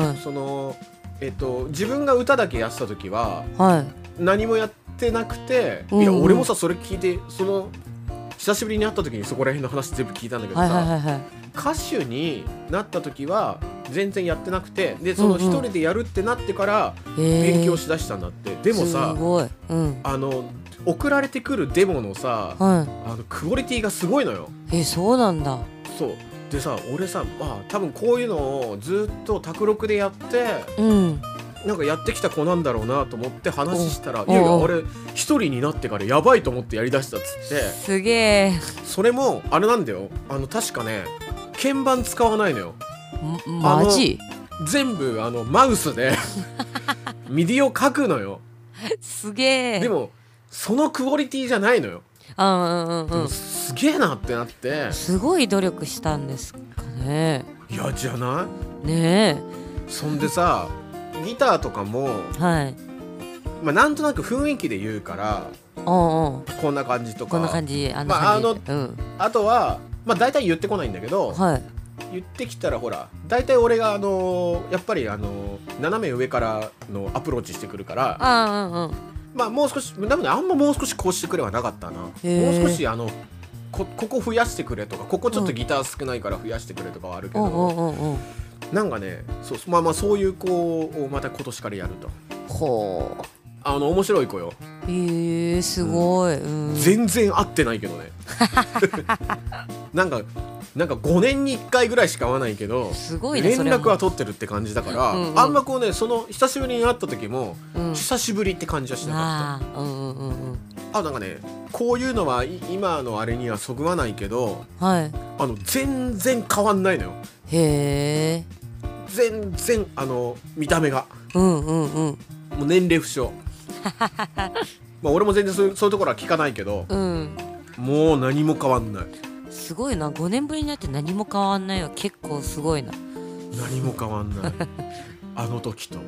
自分が歌だけやってた時は、何もやってなくて、いや俺もさそれ聞いて久しぶりに会った時にそこら辺の話全部聞いたんだけどさ、歌手になった時は全然やってなくて、で一人でやるってなってから勉強しだしたんだって。でもさ、送られてくるデモのさ、クオリティがすごいのよ。 そうなんだ。 そうでさ、俺さ、多分こういうのをずっと卓録でやって、なんかやってきた子なんだろうなと思って話したら、いやいやあれ一人になってからやばいと思ってやりだしたっつって。 すげえ。 それもあれなんだよ、確かね鍵盤使わないのよ。 マジ？ 全部マウスでミディを書くのよ。 すげえ。 でもそのクオリティじゃないのよ。すげえなってなって。 すごい努力したんですかね。 いやじゃないねえ。 そんでさ、ギターとかも、なんとなく雰囲気で言うから、こんな感じとか、 こんな感じ、 あとは大体言ってこないんだけど、言ってきたらほら大体俺がやっぱり斜め上からのアプローチしてくるから、もう少し多分ね、あんまもう少しこうしてくれはなかったな。もう少しここ増やしてくれとか、ここちょっとギター少ないから増やしてくれとかはあるけど、なんかね、そういう子をまた今年からやると。面白い子よ。 すごい、 全然会ってないけどねなんか5年に1回ぐらいしか会わないけど、 すごいね、 連絡は取ってるって感じだから、あんまこうね、久しぶりに会った時も、久しぶりって感じはしなかった。なんかね、こういうのは今のあれにはそぐわないけど、全然変わんないのよ。全然見た目が、もう年齢不詳俺も全然そういうところは聞かないけど、もう何も変わんない。 すごいな、5年ぶりになって何も変わんないは結構すごいな。 何も変わんないあの時と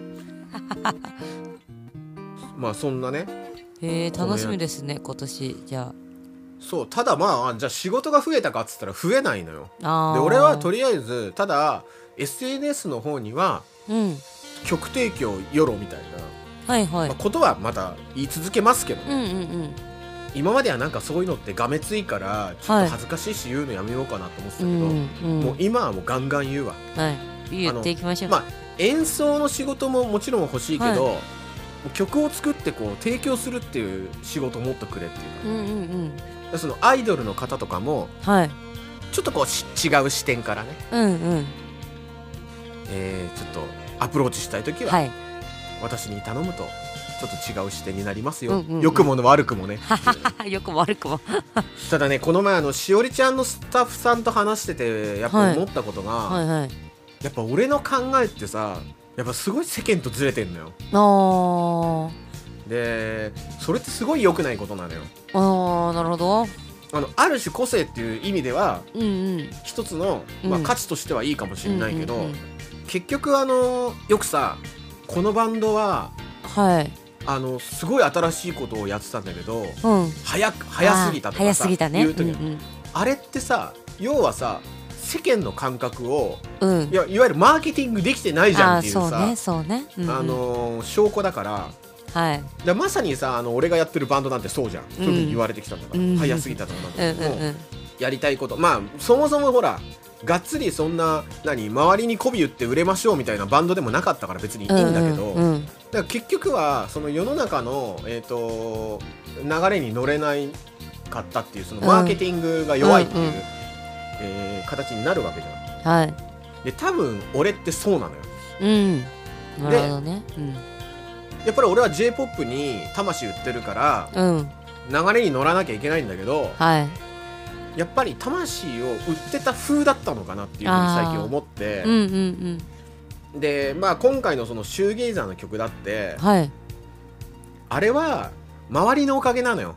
そんなね。 楽しみですね今年。じゃあそう、ただじゃあ仕事が増えたかっつったら増えないのよ。で俺はとりあえずただ SNS の方には、曲提供よろみたいな、ことはまた言い続けますけど、今まではなんかそういうのってがめついからちょっと恥ずかしいし言うのやめようかなと思ってたけど、もう今はもうガンガン言うわ。 言っていきましょう。 演奏の仕事ももちろん欲しいけど、曲を作ってこう提供するっていう仕事をもっとくれっていうか、そのアイドルの方とかも、ちょっとこう違う視点からね、ちょっとアプローチしたいときは、私に頼むとちょっと違う視点になりますよ。良くも悪くもね良くも悪くもただね、この前しおりちゃんのスタッフさんと話しててやっぱ思ったことが、やっぱ俺の考えってさ、やっぱすごい世間とずれてんのよ。でそれってすごい良くないことなのよ。 なるほど。 ある種個性っていう意味では、一つの、価値としてはいいかもしれないけど、結局よくさ、このバンドはすごい新しいことをやってたんだけど、早すぎたとかさ、いう時、あれってさ、要はさ世間の感覚を、いわゆるマーケティングできてないじゃんっていうさ、証拠だから、まさにさ、俺がやってるバンドなんてそうじゃん。そういうふうに言われてきたんだから、早すぎたとかなんだけど、やりたいこと、そもそもほらがっつりそんな周りに媚び売って売れましょうみたいなバンドでもなかったから別にいいんだけど、だから結局はその世の中の、流れに乗れないかったっていう、そのマーケティングが弱いっていう、形になるわけじゃん。で多分俺ってそうなのよ。 なるほどね。 やっぱり俺は J-POP に魂売ってるから、流れに乗らなきゃいけないんだけど、やっぱり魂を売ってた風だったのかなっていうふうに最近思って、で今回のそのシューゲイザーの曲だって、あれは周りのおかげなのよ。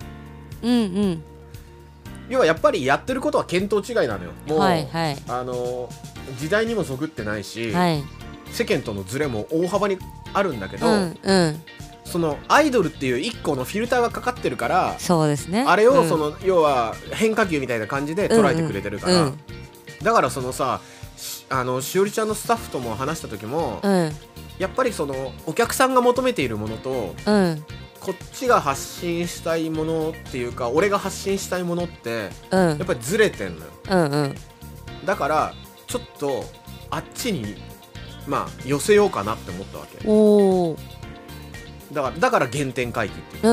要はやっぱりやってることは見当違いなのよ。もう、 時代にもそぐってないし、 はい、 世間とのズレも大幅にあるんだけど、 うんうん、 そのアイドルっていう一個のフィルターがかかってるから、 そうですね、 あれをその、要は変化球みたいな感じで捉えてくれてるから、だからそのさ、しおりちゃんのスタッフとも話した時も、やっぱりそのお客さんが求めているものと、こっちが発信したいものっていうか、俺が発信したいものって、やっぱりずれてんのよ、だからちょっとあっちにまあ寄せようかなって思ったわけ。 おだから原点回帰っていう、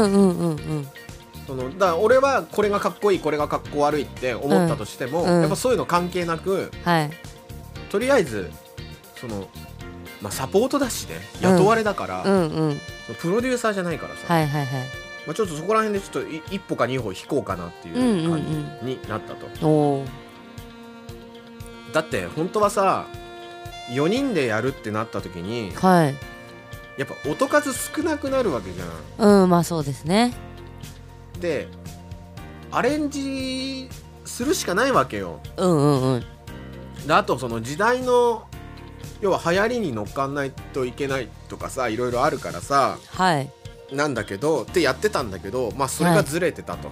だから俺はこれがかっこいいこれがかっこ悪いって思ったとしても、やっぱそういうの関係なく、とりあえずその、まあ、サポートだしね、雇われだから、プロデューサーじゃないからさ、まあ、ちょっとそこら辺でちょっと一歩か二歩引こうかなっていう感じになったと、だって本当はさ4人でやるってなった時に、やっぱ音数少なくなるわけじゃん。 まあそうですね。 でアレンジするしかないわけよ。であとその時代の要は流行りに乗っかんないといけないとかさ、いろいろあるからさ、なんだけどってやってたんだけど、まあそれがずれてたと、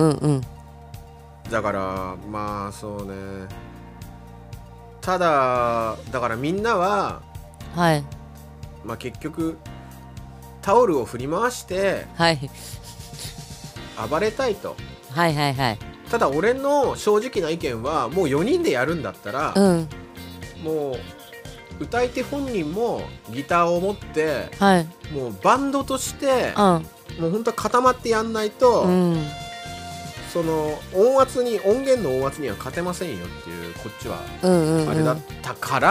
だからまあそうね、ただだからみんなは、まあ結局タオルを振り回して、暴れたいと、ただ俺の正直な意見は、もう4人でやるんだったら、もう歌い手本人もギターを持って、もうバンドとして、もう本当は固まってやんないと、その音源の音圧には勝てませんよっていう、こっちはあれだったから、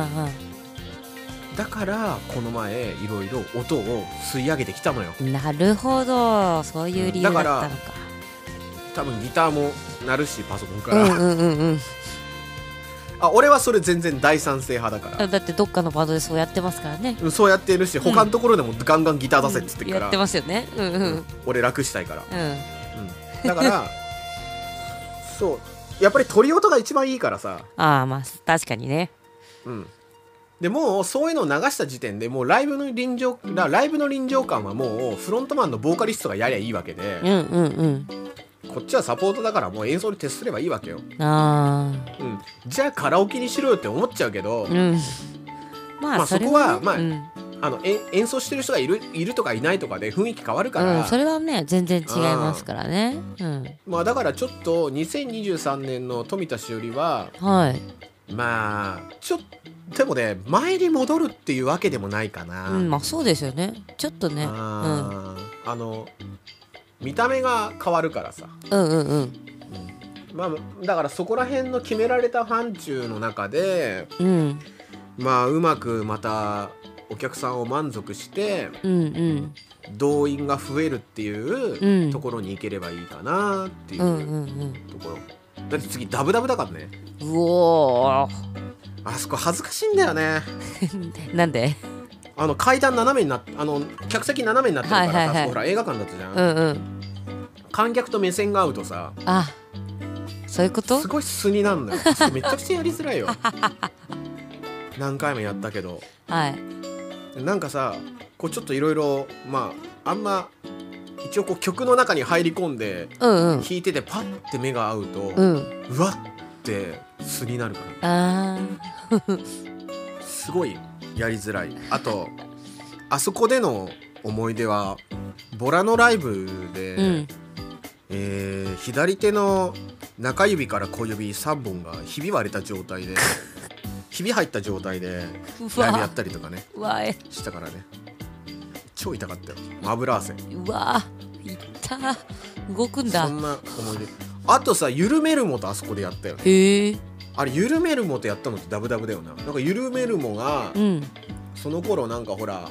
だからこの前いろいろ音を吸い上げてきたのよ。 なるほど、そういう理由だったのか。だから多分ギターも鳴るしパソコンから、俺はそれ全然大賛成派だから。 だってどっかのバンドでそうやってますからね。 そうやってるし、他のところでもガンガンギター出せっつってから、 やってますよね。 俺楽したいから、だからそうやっぱり鳥音が一番いいからさ。 まあ確かにね。 でもうそういうのを流した時点でもうライブの臨場感はもうフロントマンのボーカリストがやりゃいいわけで、こっちはサポートだからもう演奏に徹すればいいわけよ。じゃあカラオケにしろよって思っちゃうけど、まあそこはまあ演奏してる人がいるとかいないとかで雰囲気変わるから、 それはね全然違いますからね。 まあだからちょっと2023年の富田しおりは、まあちょっとでもね、前に戻るっていうわけでもないかな。 まあそうですよね。ちょっとね、 見た目が変わるからさ。まあだからそこら辺の決められた範疇の中で、まあうまくまたお客さんを満足して、動員が増えるっていうところに行ければいいかなっていうところ。だって次ダブダブだからね。 うおー、 あそこ恥ずかしいんだよね。 なんで？ 階段斜めになって客席斜めになってるからさ、ほら映画館だったじゃん。観客と目線が合うとさ、 そういうこと？ すごい素になるんだよ。めちゃくちゃやりづらいよ。何回もやったけど、なんかさ、こうちょっといろいろまああんま一応こう曲の中に入り込んで弾いててパッて目が合うと、うわって素になるから。すごいやりづらい。あとあそこでの思い出はボラのライブで、左手の中指から小指3本がひび割れた状態でひび入った状態でライブやったりとかねしたからね、超痛かったよ。油汗。 うわー、痛動くんだ。 そんな思い出。あとさ、ゆるめるもとあそこでやったよね。あれゆるめるもとやったのってダブダブだよな。なんかゆるめるもが、その頃なんかほら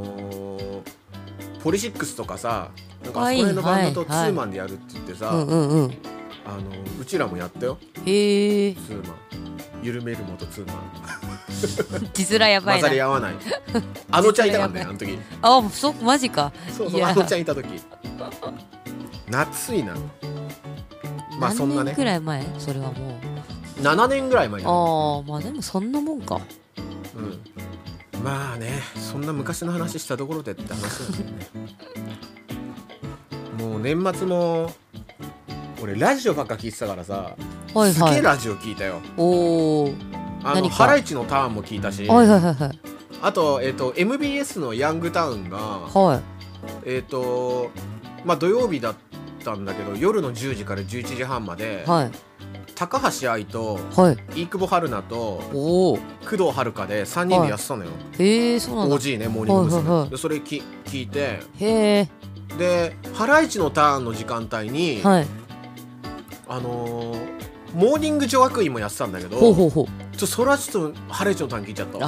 ポリシックスとかさ、なんかあそこら辺のバンドとツーマンでやるって言ってさ、うちらもやったよ。ツーマン、ゆるめるもとツーマン。 字面やばいな。 混ざり合わない。ちゃんいたからね、あの時。 そう、マジか。 そうそう、ちゃんいた時。夏いな。まあそんなね。 何年くらい前？それはもう。 7年ぐらい前に。 ああ、まあでもそんなもんか。 まあね、そんな昔の話したところでって話なんだよね。もう年末も俺ラジオばっか聞いてたからさ、はいはい、すげえラジオ聞いたよ。 おー、ハライチのターンも聞いたし、 はいはいはいはい、 あと、MBS のヤングタウンが、 はい、 まあ土曜日だったんだけど、夜の10時から11時半まで、はい、高橋愛と、はい、飯久保春菜と工藤遥で3人でやってたのよ。 へえ、そうなんだ。 OG ね、モーニング娘。はいはいはい、でそれ聞いて、 へえ。 でハライチのターンの時間帯に、はい、モーニング女学院もやってたんだけど、それはちょっとハライチのターン聞いちゃった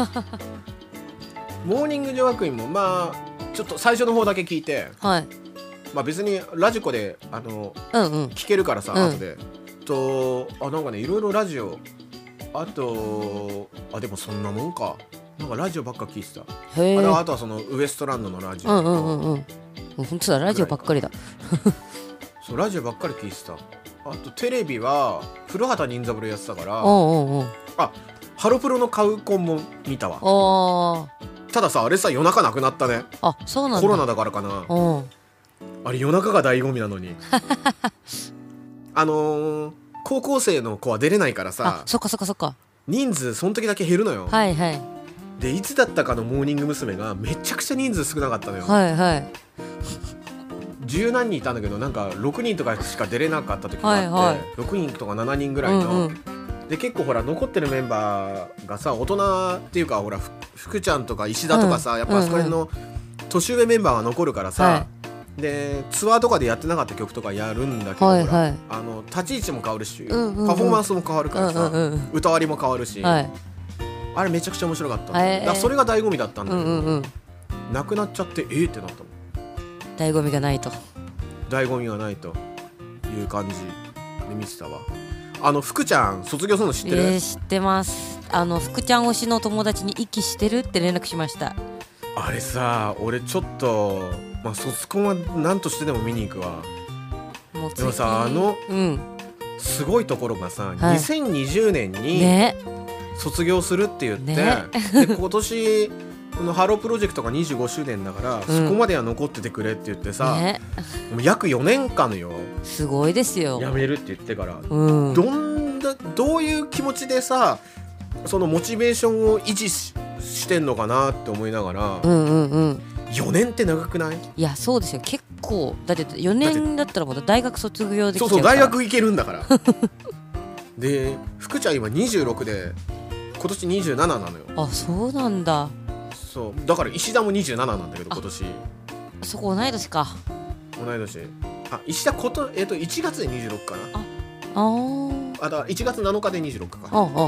モーニング女学院もまあちょっと最初の方だけ聞いて、はい、まあ別にラジコで聞けるからさ、後でなんかね、いろいろラジオ、あとでもそんなもんか、なんかラジオばっか聞いてた。あとはそのウエストランドのラジオ、 本当だ、ラジオばっかりだそう、ラジオばっかり聞いてた。あとテレビは古畑任三郎やってたから、ハロプロのカウコンも見たわ。たださ、あれさ、夜中なくなったね。 あ、そうなんだ。 コロナだからかな。あれ夜中が醍醐味なのに高校生の子は出れないからさ。 そっかそっかそっか。 人数その時だけ減るのよ。 はいはい。 でいつだったかのモーニング娘。がめちゃくちゃ人数少なかったのよ。 はいはい。 十何人いたんだけど、なんか6人とかしか出れなかった時があって、はいはい、6人とか7人ぐらいの、で結構ほら残ってるメンバーがさ、大人っていうか、ほら福ちゃんとか石田とかさ、やっぱあそこら辺の年上メンバーが残るからさ、でツアーとかでやってなかった曲とかやるんだけど、はいはい、立ち位置も変わるし、パフォーマンスも変わるからさ、歌割りも変わるし、はい、あれめちゃくちゃ面白かった。だからそれが醍醐味だったんだけど、なくなっちゃってってなったの。 醍醐味がないという感じで見てたわ。福ちゃん卒業するの知ってる？ 知ってます。福ちゃん推しの友達に息してるって連絡しました。 あれさ、俺ちょっと、まあ、卒コンは何としてでも見に行くわ。でもさ、すごいところがさ、はい、2020年に卒業するって言って、で今年このハロープロジェクトが25周年だから、そこまでは残っててくれって言ってさ、もう約4年間よ。 すごいですよ。 辞めるって言ってから、どういう気持ちでさ、そのモチベーションを維持してんのかなって思いながら、4年って長くない？ いや、そうですよ。結構だって4年だったらまだ大学卒業できちゃうから。 そう大学行けるんだからで福ちゃん今26で今年27なのよ。 あ、そうなんだ。 そうだから石田も27なんだけど、今年。 そこ同い年か。 同い年。石田1月で26かな。だから1月7日で26か。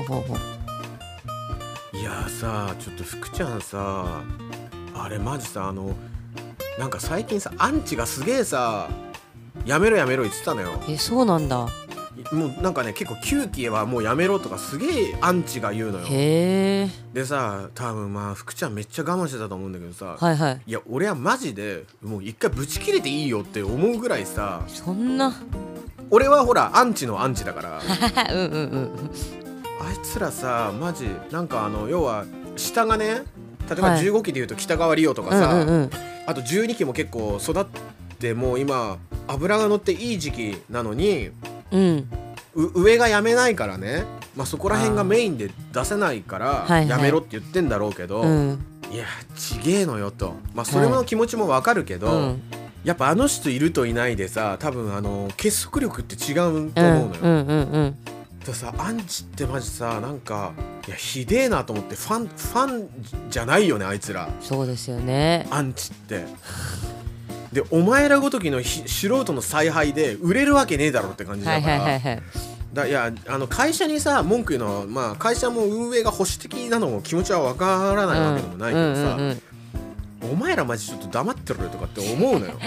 いやさ、ちょっと福ちゃんさ、あれマジさ、なんか最近さ、アンチがすげえさ、やめろやめろ言ってたのよ。 そうなんだ。 もうなんかね、結構9期はもうやめろとかすげえアンチが言うのよ。 へー。 でさ、多分まあ福ちゃんめっちゃ我慢してたと思うんだけどさ、 はいはい、 いや俺はマジでもう一回ブチ切れていいよって思うぐらいさ。 そんな、 俺はほらアンチのアンチだからあいつらさ、マジなんか要は下がね、例えば15期でいうと北川理央とかさ、あと12期も結構育ってもう今脂が乗っていい時期なのに、上がやめないからね、まあ、そこら辺がメインで出せないからやめろって言ってんだろうけど、いやちげえのよと、まあ、それの気持ちもわかるけど、やっぱ人いるといないでさ、多分結束力って違うと思うのよ。ださ、アンチってマジさ、なんかいやひでえなと思って、ファンじゃないよねあいつら。 そうですよね、 アンチってで、お前らごときの素人の采配で売れるわけねえだろって感じだから、いや会社にさ文句言うのは、まあ、会社も運営が保守的なのも気持ちはわからないわけでもないけどさ、お前らマジちょっと黙ってろよとかって思うのよ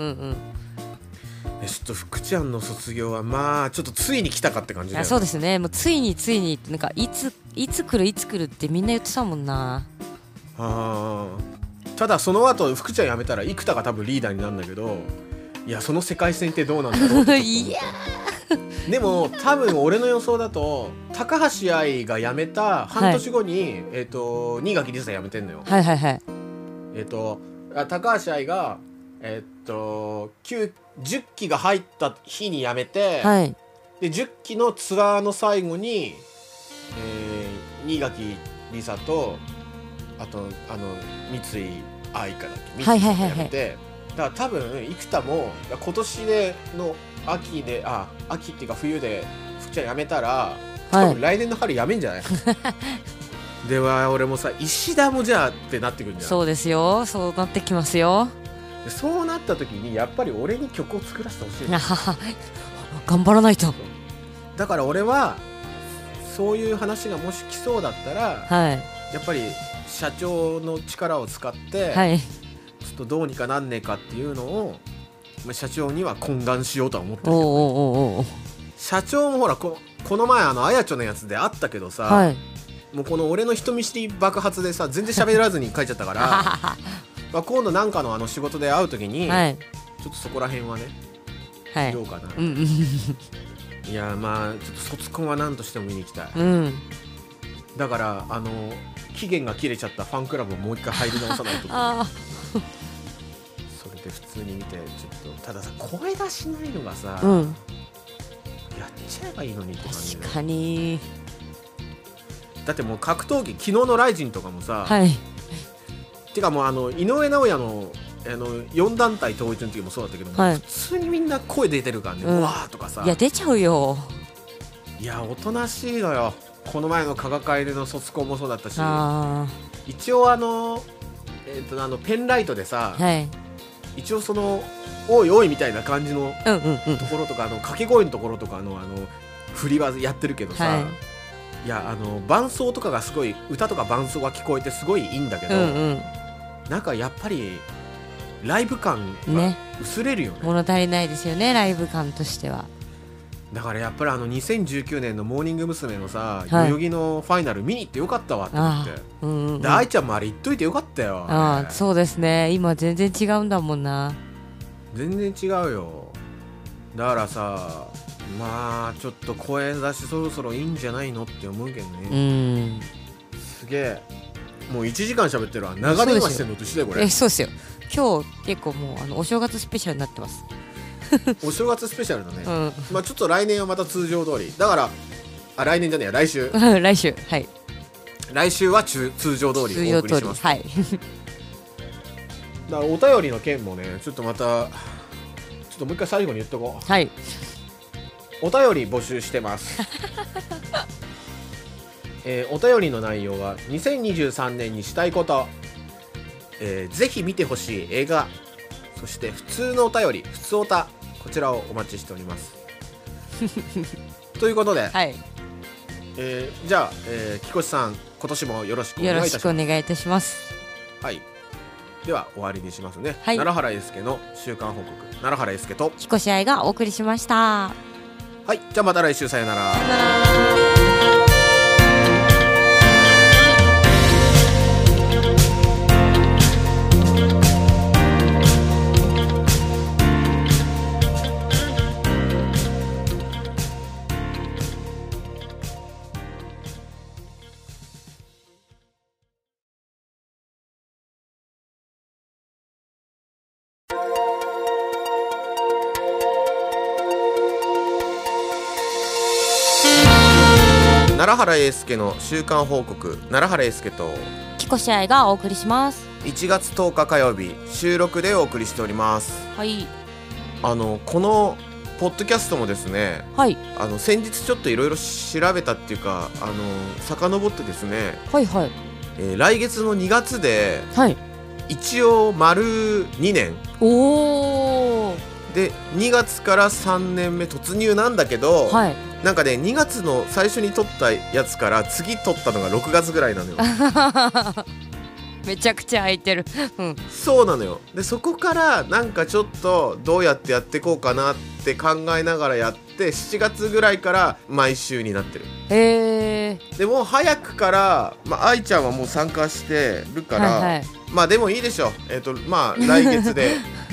ちょっと福ちゃんの卒業はまあちょっとついに来たかって感じだよね。 そうですね、もうついになんかいつ来るってみんな言ってたもんな。 ただその後福ちゃん辞めたら生田が多分リーダーになるんだけど、いやその世界線ってどうなんだろうっていやでも多分俺の予想だと高橋愛が辞めた半年後に、新垣梨沙辞めてんのよ。 はいはいはい。 高橋愛が10期が入った日に辞めて、 はい、 で10期のツアーの最後に、新垣梨沙とあと三井愛かだっけ、三井さんが辞めて、だから多分生田も今年での秋っていうか冬で福ちゃん辞めたら多分来年の春辞めんじゃない、では俺もさ石田もじゃあってなってくるんじゃん。 そうですよ、そうなってきますよ。 でそうなった時にやっぱり俺に曲を作らせてほしい頑張らないと。 だから俺はそういう話がもし来そうだったら、 はい、 やっぱり社長の力を使って、 はい、 ちょっとどうにかなんねえかっていうのを社長には懇願しようとは思ってるけど、ね、社長もほらこの前あやちょのやつであったけどさ、はい、もうこの俺の人見知り爆発でさ全然喋らずに帰っちゃったからまあ今度なんかの仕事で会う時に、はい、ちょっとそこら辺はね、はい、どうかな、いやまあちょっと卒コンは何としても見に行きたい、だから期限が切れちゃったファンクラブをもう一回入り直さないとそれで普通に見てちょっとたださ声出しないのがさ、やっちゃえばいいのにって感じ。 確かに。 だってもう格闘技昨日のライジンとかもさ、 はい、 てかもう井上尚弥の4団体統一の時もそうだったけども、はい、普通にみんな声出てるからね、うわーとかさ。 いや出ちゃうよ。 いやおとなしいのよ。この前の加賀楓の卒コンもそうだったし、一応ペンライトでさ、はい、一応おいおいみたいな感じのところとか、掛け声のところとか振りはやってるけどさ、はい、いや伴奏とかがすごい歌とか伴奏が聞こえてすごいいいんだけど、なんかやっぱりライブ感が薄れるよね。 物足りないですよね、ライブ感としては。 だからやっぱり2019年のモーニング娘。のさ、代々木のファイナル見に行ってよかったわって思って、で愛ちゃんもあれ言っといてよかったよ。 そうですね、今全然違うんだもんな。 全然違うよ。だからさまあちょっと声出しそろそろいいんじゃないのって思うけどね。すげえもう1時間喋ってるわ。長電話してんのと一緒だよこれ。 そうですよ。今日結構もうお正月スペシャルになってますお正月スペシャルだね、まあちょっと来年はまた通常通りだから来年じゃねえや来週来週、はい、 来週は通常通りお送りします。 はい、 だからお便りの件もねちょっとまたちょっともう一回最後に言っとこう。 はい、 お便り募集してますお便りの内容は2023年にしたいこと、ぜひ見てほしい映画、そして普通のお便り、普通おた、こちらをお待ちしておりますということで、はい、じゃあ、木越さん今年もよろしくお願いいたします。 よろしくお願いいたします。 はい、では終わりにしますね、はい、奈良原英介の週刊報告、奈良原英介と木越愛がお送りしました。 はい、じゃあまた来週、さよなら。 さよなら。 奈良原英介の週刊報告、奈良原英介と木越愛がお送りします。 1月10日火曜日収録でお送りしております。 はい、 このポッドキャストもですね、 はい、 先日ちょっといろいろ調べたっていうか遡ってですね、 はいはい、 来月の2月で、 はい、 一応丸2年おーで2月から3年目突入なんだけど、はい、なんかね2月の最初に撮ったやつから次撮ったのが6月ぐらいなのよめちゃくちゃ空いてる、 そうなのよ。でそこからなんかちょっとどうやってやっていこうかなって考えながらやって7月ぐらいから毎週になってる。でも早くから、愛ちゃんはもう参加してるから、はいはい、まあでもいいでしょう。まあ来月で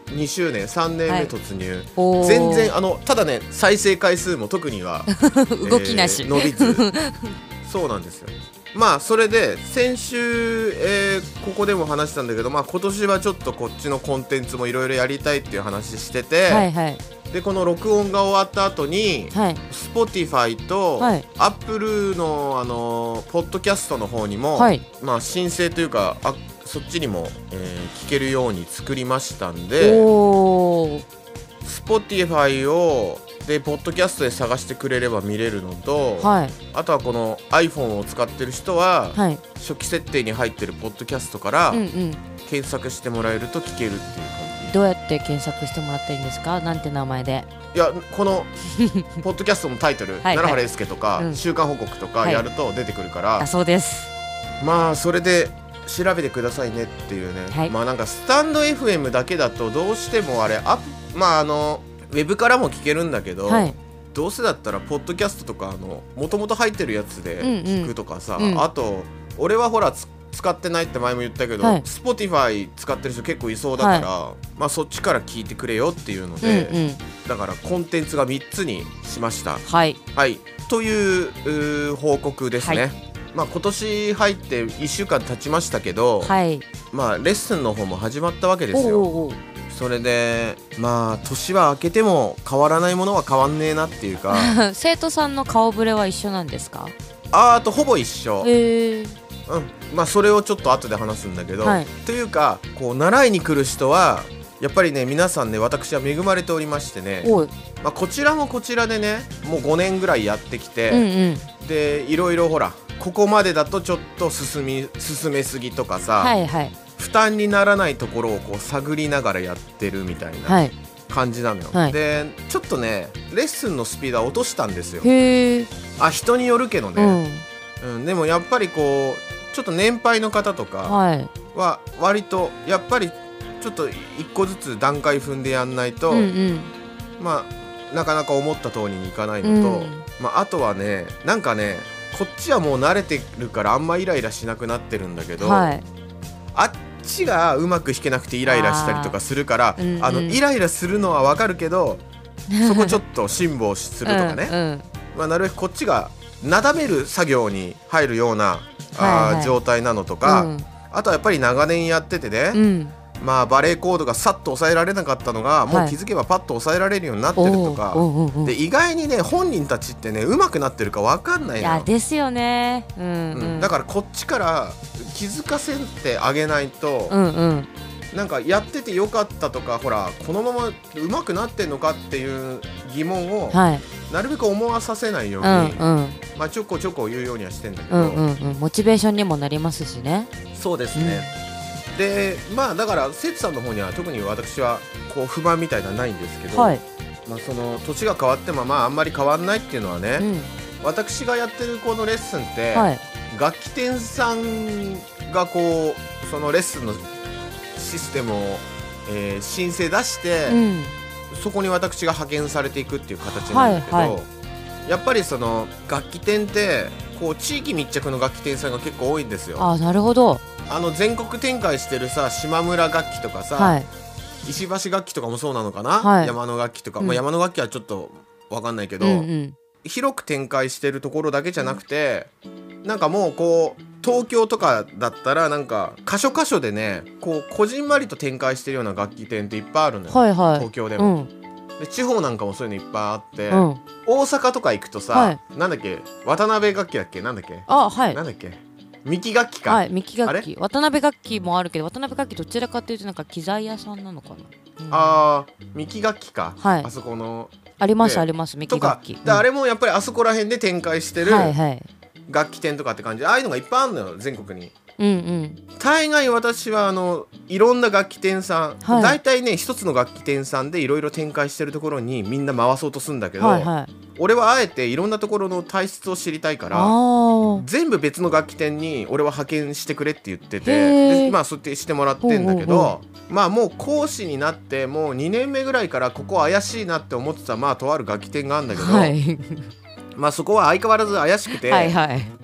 2周年3年目突入、はい、全然ただね再生回数も特には動きなし、 伸びずそうなんですよ。まあそれで先週、ここでも話したんだけど、まあ、今年はちょっとこっちのコンテンツもいろいろやりたいっていう話してて、 はいはい、 でこの録音が終わった後に、はい、Spotify と、はい、Apple の、ポッドキャストの方にも、はい、まあ、申請というかそっちにも、聞けるように作りましたんで、Spotify をでポッドキャストで探してくれれば見れるのと、はい、あとはこの iPhone を使ってる人は、はい、初期設定に入ってるポッドキャストから、検索してもらえると聞けるっていう感じ。 どうやって検索してもらったらいいんですか？なんて名前で？ いやこのポッドキャストのタイトル奈良原英介とか、週刊報告とかやると出てくるから、 はい、そうです。 まあそれで調べてくださいねっていうね、はい、まあなんかスタンド FM だけだとどうしてもあれまあウェブからも聞けるんだけど、はい、どうせだったらポッドキャストとかもともと入ってるやつで聞くとかさ、あと俺はほら使ってないって前も言ったけど、はい、Spotify 使ってる人結構いそうだから、はい、まあそっちから聞いてくれよっていうので、だからコンテンツが3つにしました。はい、はい、という報告ですね。はい、まあ、今年入って1週間経ちましたけど、はい、まあレッスンの方も始まったわけですよ。それでまあ年は明けても変わらないものは変わんねえなっていうか生徒さんの顔ぶれは一緒なんですか？ あとほぼ一緒。まあそれをちょっと後で話すんだけど、はい、というかこう習いに来る人はやっぱりね皆さんね私は恵まれておりましてね、まあ、こちらもこちらでねもう5年ぐらいやってきて、でいろいろほらここまでだとちょっと進めすぎとかさ、はいはい、負担にならないところをこう探りながらやってるみたいな感じなのよ、はい、でちょっとねレッスンのスピードは落としたんですよ。人によるけどね、でもやっぱりこうちょっと年配の方とかは割とやっぱりちょっと一個ずつ段階踏んでやんないと、まあなかなか思った通りにいかないのと、まあ、あとはねなんかねこっちはもう慣れてるからあんまイライラしなくなってるんだけど、はい、あっちがうまく弾けなくてイライラしたりとかするから、イライラするのはわかるけどそこちょっと辛抱するとかね、まあ、なるべくこっちがなだめる作業に入るような、状態なのとか、あとはやっぱり長年やっててね、まあバレーコードがさっと抑えられなかったのが、もう気づけばパッと抑えられるようになってるとか、で意外にね本人たちってね上手くなってるか分かんないのよ。 いやですよね、 だからこっちから気づかせてあげないと、なんかやっててよかったとかほらこのまま上手くなってんのかっていう疑問を、なるべく思わさせないように、まあちょこちょこ言うようにはしてんだけど、 モチベーションにもなりますしね。 そうですね、でまあだから生徒さんの方には特に私はこう不満みたいなのはないんですけど、まあその年が変わってもまああんまり変わんないっていうのはね、私がやってるこのレッスンって、楽器店さんがこうそのレッスンのシステムを、申請出して、そこに私が派遣されていくっていう形なんだけど、やっぱりその楽器店ってこう地域密着の楽器店さんが結構多いんですよ。 あ、なるほど。 全国展開してるさ島村楽器とかさ、石橋楽器とかもそうなのかな、山の楽器とか、山の楽器はちょっと分かんないけど、広く展開してるところだけじゃなくて、なんかもうこう東京とかだったらなんか箇所箇所でねこうこじんまりと展開してるような楽器店っていっぱいあるのよ、東京でも、で地方なんかもそういうのいっぱいあって、大阪とか行くとさ、なんだっけ渡辺楽器だっけなんだっけなんだっけ三木楽器か、 三木楽器、渡辺楽器もあるけど渡辺楽器どちらかというとなんか機材屋さんなのかな、 三木楽器か、あそこのありますあります三木楽器で、あれもやっぱりあそこら辺で展開してる楽器店とかって感じで、ああいうのがいっぱいあるのよ全国に。大概私はいろんな楽器店さん、大体ね一つの楽器店さんでいろいろ展開してるところにみんな回そうとするんだけど、俺はあえていろんなところの体質を知りたいから全部別の楽器店に俺は派遣してくれって言ってて、でまあそうやってしてもらってんだけど、まあもう講師になってもう2年目ぐらいからここ怪しいなって思ってたまあとある楽器店があるんだけど、まあそこは相変わらず怪しくて、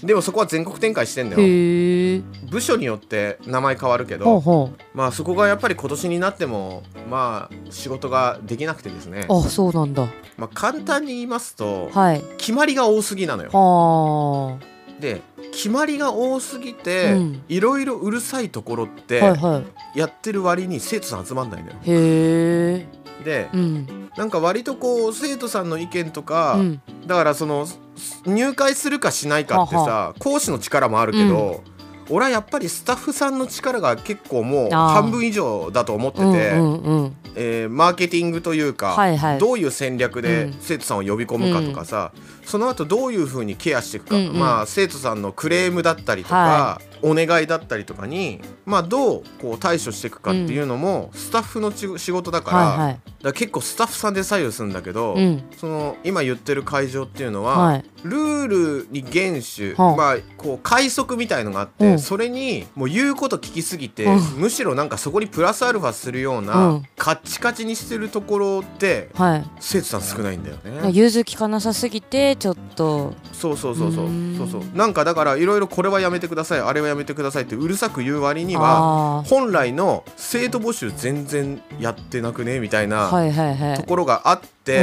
でもそこは全国展開してんだよ。部署によって名前変わるけど、まあそこがやっぱり今年になってもまあ仕事ができなくてですね。 あ、そうなんだ。 まあ簡単に言いますと、 はい、 決まりが多すぎなのよ。で決まりが多すぎて、いろいろうるさいところって、やってる割に生徒さん集まんないのよ。へー。で、なんか割とこう生徒さんの意見とか、だからその入会するかしないかってさ、講師の力もあるけど、俺はやっぱりスタッフさんの力が結構もう半分以上だと思ってて、マーケティングというか、どういう戦略で生徒さんを呼び込むかとかさ、その後どういう風にケアしていくか、まあ生徒さんのクレームだったりとか、お願いだったりとかに、まあどうこう対処していくかっていうのもスタッフの仕事だから、だから結構スタッフさんで左右するんだけど、その今言ってる会場っていうのは、ルールに厳守、まあこう快則みたいのがあって、それにもう言うこと聞きすぎて、むしろなんかそこにプラスアルファするような、カッチカチにしてるところって、生徒さん少ないんだよね。 融通きかなさすぎてちょっとそうなんかだからいろいろこれはやめてください、あれはやめてくださいってうるさく言う割には、本来の生徒募集全然やってなくねみたいなところがあって、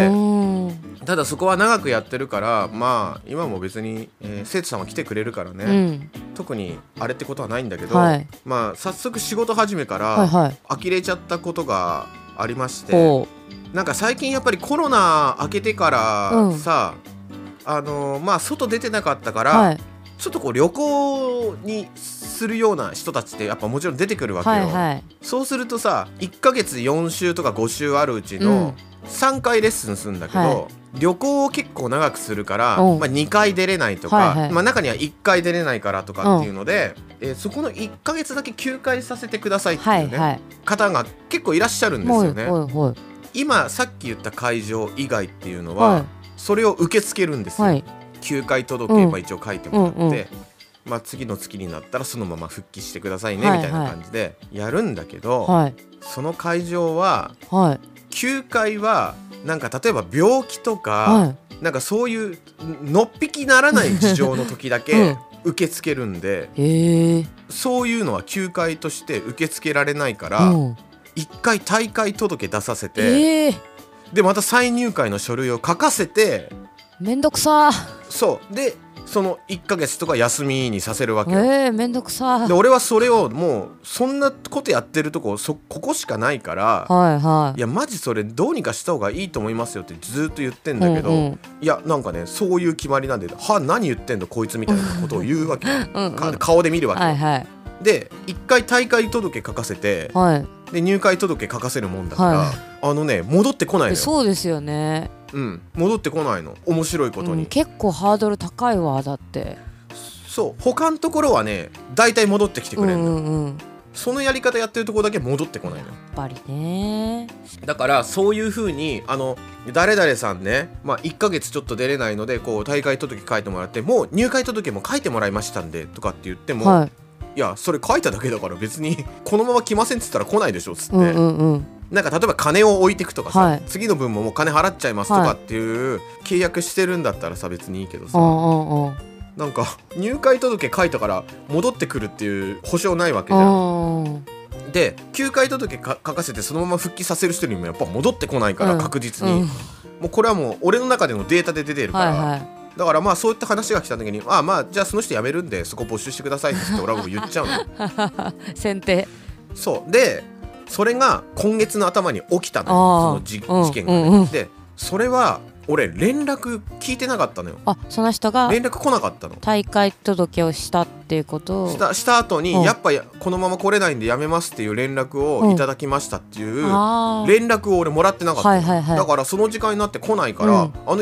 ただそこは長くやってるから、まあ今も別に、生徒さんは来てくれるからね、特にあれってことはないんだけど、まあ早速仕事始めから呆れちゃったことがありまして、なんか最近やっぱりコロナ明けてからさ、まあ外出てなかったから、ちょっとこう旅行にするような人たちってやっぱもちろん出てくるわけよ。そうするとさ、1ヶ月4週とか5週あるうちの3回レッスンするんだけど、旅行を結構長くするから、まあ、2回出れないとか、まあ、中には1回出れないからとかっていうので、そこの1ヶ月だけ休会させてくださいっていうね、方が結構いらっしゃるんですよね。今さっき言った会場以外っていうのは、それを受け付けるんですよ。休会届、まあ、一応書いてもらって、まあ、次の月になったらそのまま復帰してくださいねみたいな感じでやるんだけど、その会場は、休会はなんか例えば病気とか、なんかそういうのっぴきならない事情の時だけ受け付けるんで、そういうのは休会として受け付けられないから、一回退会届出させて、でまた再入会の書類を書かせて、 めんどくさ。 そうでその1ヶ月とか休みにさせるわけよ。 めんどくさ。 で俺はそれをもうそんなことやってるとここしかないから、いやマジそれどうにかした方がいいと思いますよってずっと言ってんだけど、いやなんかねそういう決まりなんで、何言ってんのこいつみたいなことを言うわけ顔で見るわけ、で一回退会届書かせて、で入会届書かせるもんだから、戻ってこないのよ。 そうですよね。 戻ってこないの、面白いことに、 結構ハードル高いわ。だってそう他のところはね大体戻ってきてくれるの、そのやり方やってるところだけ戻ってこないの。やっぱりね。 だからそういう風に誰々さんね、まあ、1ヶ月ちょっと出れないのでこう退会届書いてもらって、もう入会届も書いてもらいましたんでとかって言っても、いやそれ書いただけだから別にこのまま来ませんっつったら来ないでしょっつって、なんか例えば金を置いてくとかさ、次の分ももう金払っちゃいますとかっていう契約してるんだったらさ別にいいけどさ、なんか入会届書いたから戻ってくるっていう保証ないわけじゃん。で休会届書かせてそのまま復帰させる人にもやっぱ戻ってこないから、確実に、もうこれはもう俺の中でのデータで出てるから、だからまあそういった話が来た時に、まあじゃあその人辞めるんでそこ募集してくださいって言って俺はもう言っちゃうの先手。 そうでそれが今月の頭に起きたの、その事件がね、でそれは俺連絡聞いてなかったのよ。 その人が連絡来なかったの。 退会届をしたっていうことをした後に、やっぱこのまま来れないんでやめますっていう連絡をいただきましたっていう連絡を俺もらってなかったの、だからその時間になって来ないから、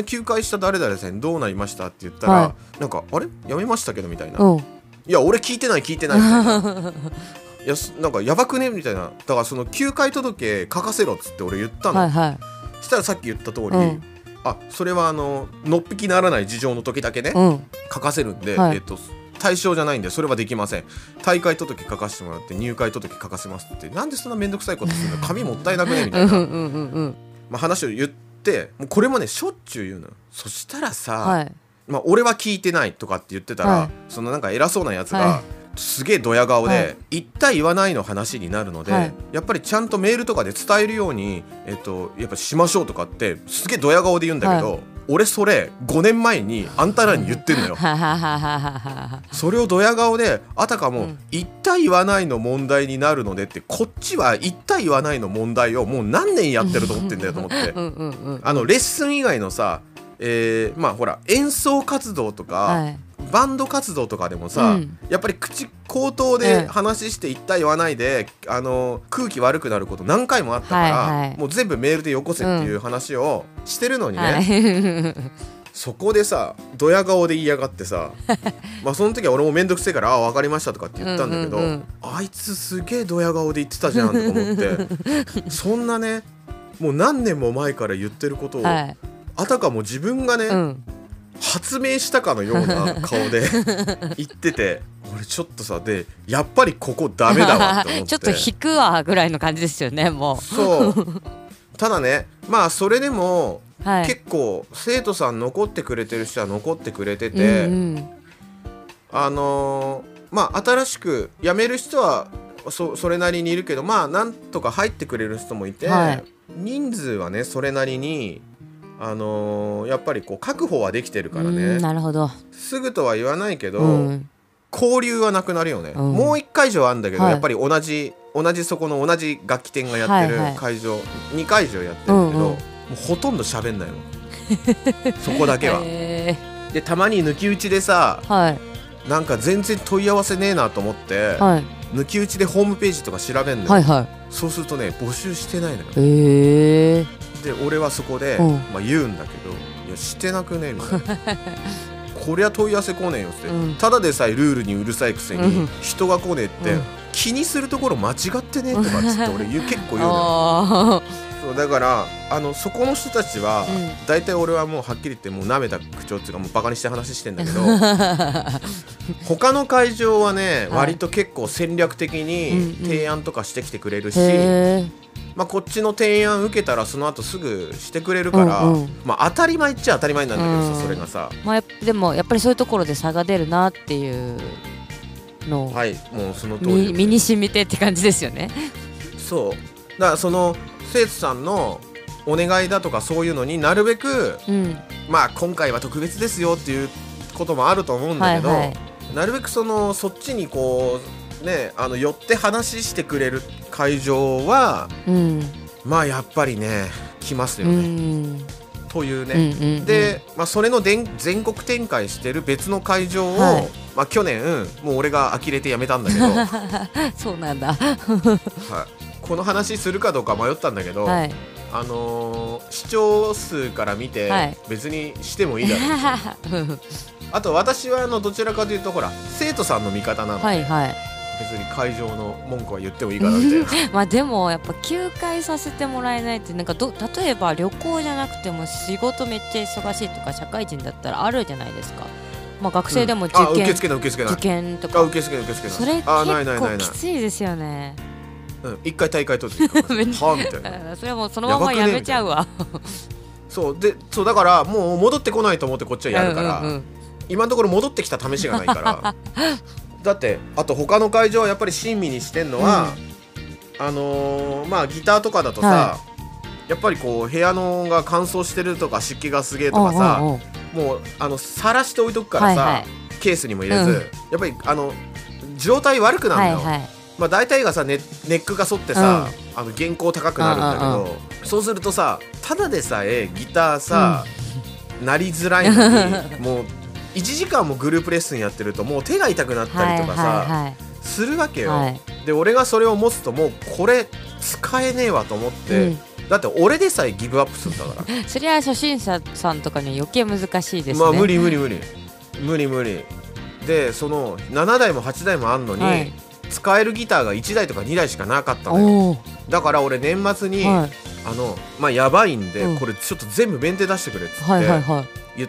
休会した誰々さんどうなりましたって言ったら、なんかあれやめましたけどみたいな、いや俺聞いてないみたいないやなんかやばくねみたいな。だからその休会届書かせろっつって俺言ったの、そしたらさっき言った通り、それはのっぴきならない事情の時だけね、書かせるんで、対象じゃないんでそれはできません。退会届書かせてもらって入会届書かせますって、なんでそんなめんどくさいことするの、紙もったいなくねみたいなまあ話を言って、もうこれもねしょっちゅう言うのよ。そしたらさ、 俺は聞いてないとかって言ってたら、そのなんか偉そうなやつが、すげえドヤ顔で、言った言わないの話になるので、やっぱりちゃんとメールとかで伝えるように、やっぱしましょうとかってすげえドヤ顔で言うんだけど、俺それ5年前にあんたらに言ってんのよそれをドヤ顔であたかも言った言わないの問題になるのでって、こっちは言った言わないの問題をもう何年やってると思ってんだよと思ってレッスン以外のさ、ほら演奏活動とか、バンド活動とかでもさ、やっぱり口頭で話して言った言わないで、空気悪くなること何回もあったから、もう全部メールでよこせっていう話をしてるのにね、そこでさドヤ顔で言いやがってさその時は俺もめんどくせえから分かりましたとかって言ったんだけど、あいつすげえドヤ顔で言ってたじゃんとか思ってそんなねもう何年も前から言ってることを、あたかも自分がね、発明したかのような顔で言ってて俺ちょっとさでやっぱりここダメだわって思ってちょっと引くわぐらいの感じですよねもう。 そうただねそれでも、結構生徒さん残ってくれてる人は残ってくれてて、新しく辞める人はそれなりにいるけどなんとか入ってくれる人もいて、人数はねそれなりにやっぱりこう確保はできてるからね。 なるほど。 すぐとは言わないけど、交流はなくなるよね。もう1会場あるんだけど、やっぱり同じそこの同じ楽器店がやってる会場、2会場やってるけど、もうほとんど喋んないのそこだけは。でたまに抜き打ちでさ、なんか全然問い合わせねえなと思って、抜き打ちでホームページとか調べんのよ、そうするとね募集してないのよ。で俺はそこで、言うんだけどいやしてなくねみたいなこりゃ問い合わせ来ねえよって、ただでさえルールにうるさいくせに人が来ねえって、気にするところ間違ってねえとかっつって俺結構言うのよそうだからそこの人たちは大体俺はもうはっきり言ってもう舐めた口調っていうかもうバカにして話してんだけど他の会場はね割と結構戦略的に提案とかしてきてくれるし、こっちの提案受けたらその後すぐしてくれるから、当たり前っちゃ当たり前なんだけどさ、それがさ、 でもやっぱりそういうところで差が出るなっていうのを、もうその通り身に染みてって感じですよね。 そうだからその生徒さんのお願いだとかそういうのになるべく、今回は特別ですよっていうこともあると思うんだけど、なるべくそっちにこうね寄って話してくれる会場は、やっぱりね来ますよね、というね、で、それの全国展開してる別の会場を、去年もう俺が呆れてやめたんだけどそうなんだこの話するかどうか迷ったんだけど、視聴数から見て別にしてもいいだろうあと私はどちらかというとほら生徒さんの味方なので、別に会場の文句は言ってもいいかなみたいなでもやっぱ休会させてもらえないってなんか例えば旅行じゃなくても仕事めっちゃ忙しいとか社会人だったらあるじゃないですか。学生でも受験とか受付それ結構きついですよね。 一回大会取ってはみたいなそれはもうそのままやめちゃうわそうだからもう戻ってこないと思ってこっちはやるから、今のところ戻ってきた試しがないからだってあと他の会場はやっぱり親身にしてんのは、ギターとかだとさ、やっぱりこう部屋のが乾燥してるとか湿気がすげえとかさ、もうさらして置いとくからさ、ケースにも入れず、やっぱり状態悪くなるのよ、大体がさネックが反ってさ、原稿高くなるんだけど、そうするとさただでさえギターさ、なりづらいのにもう1時間もグループレッスンやってるともう手が痛くなったりとかさ、するわけよ、で俺がそれを持つともうこれ使えねえわと思って、だって俺でさえギブアップするんだからそれは初心者さんとかに余計難しいですね。 無理でその7台も8台もあんのに、使えるギターが1台とか2台しかなかったのよ。だから俺年末に、やばいんで、これちょっと全部メンテ出してくれっつって言って、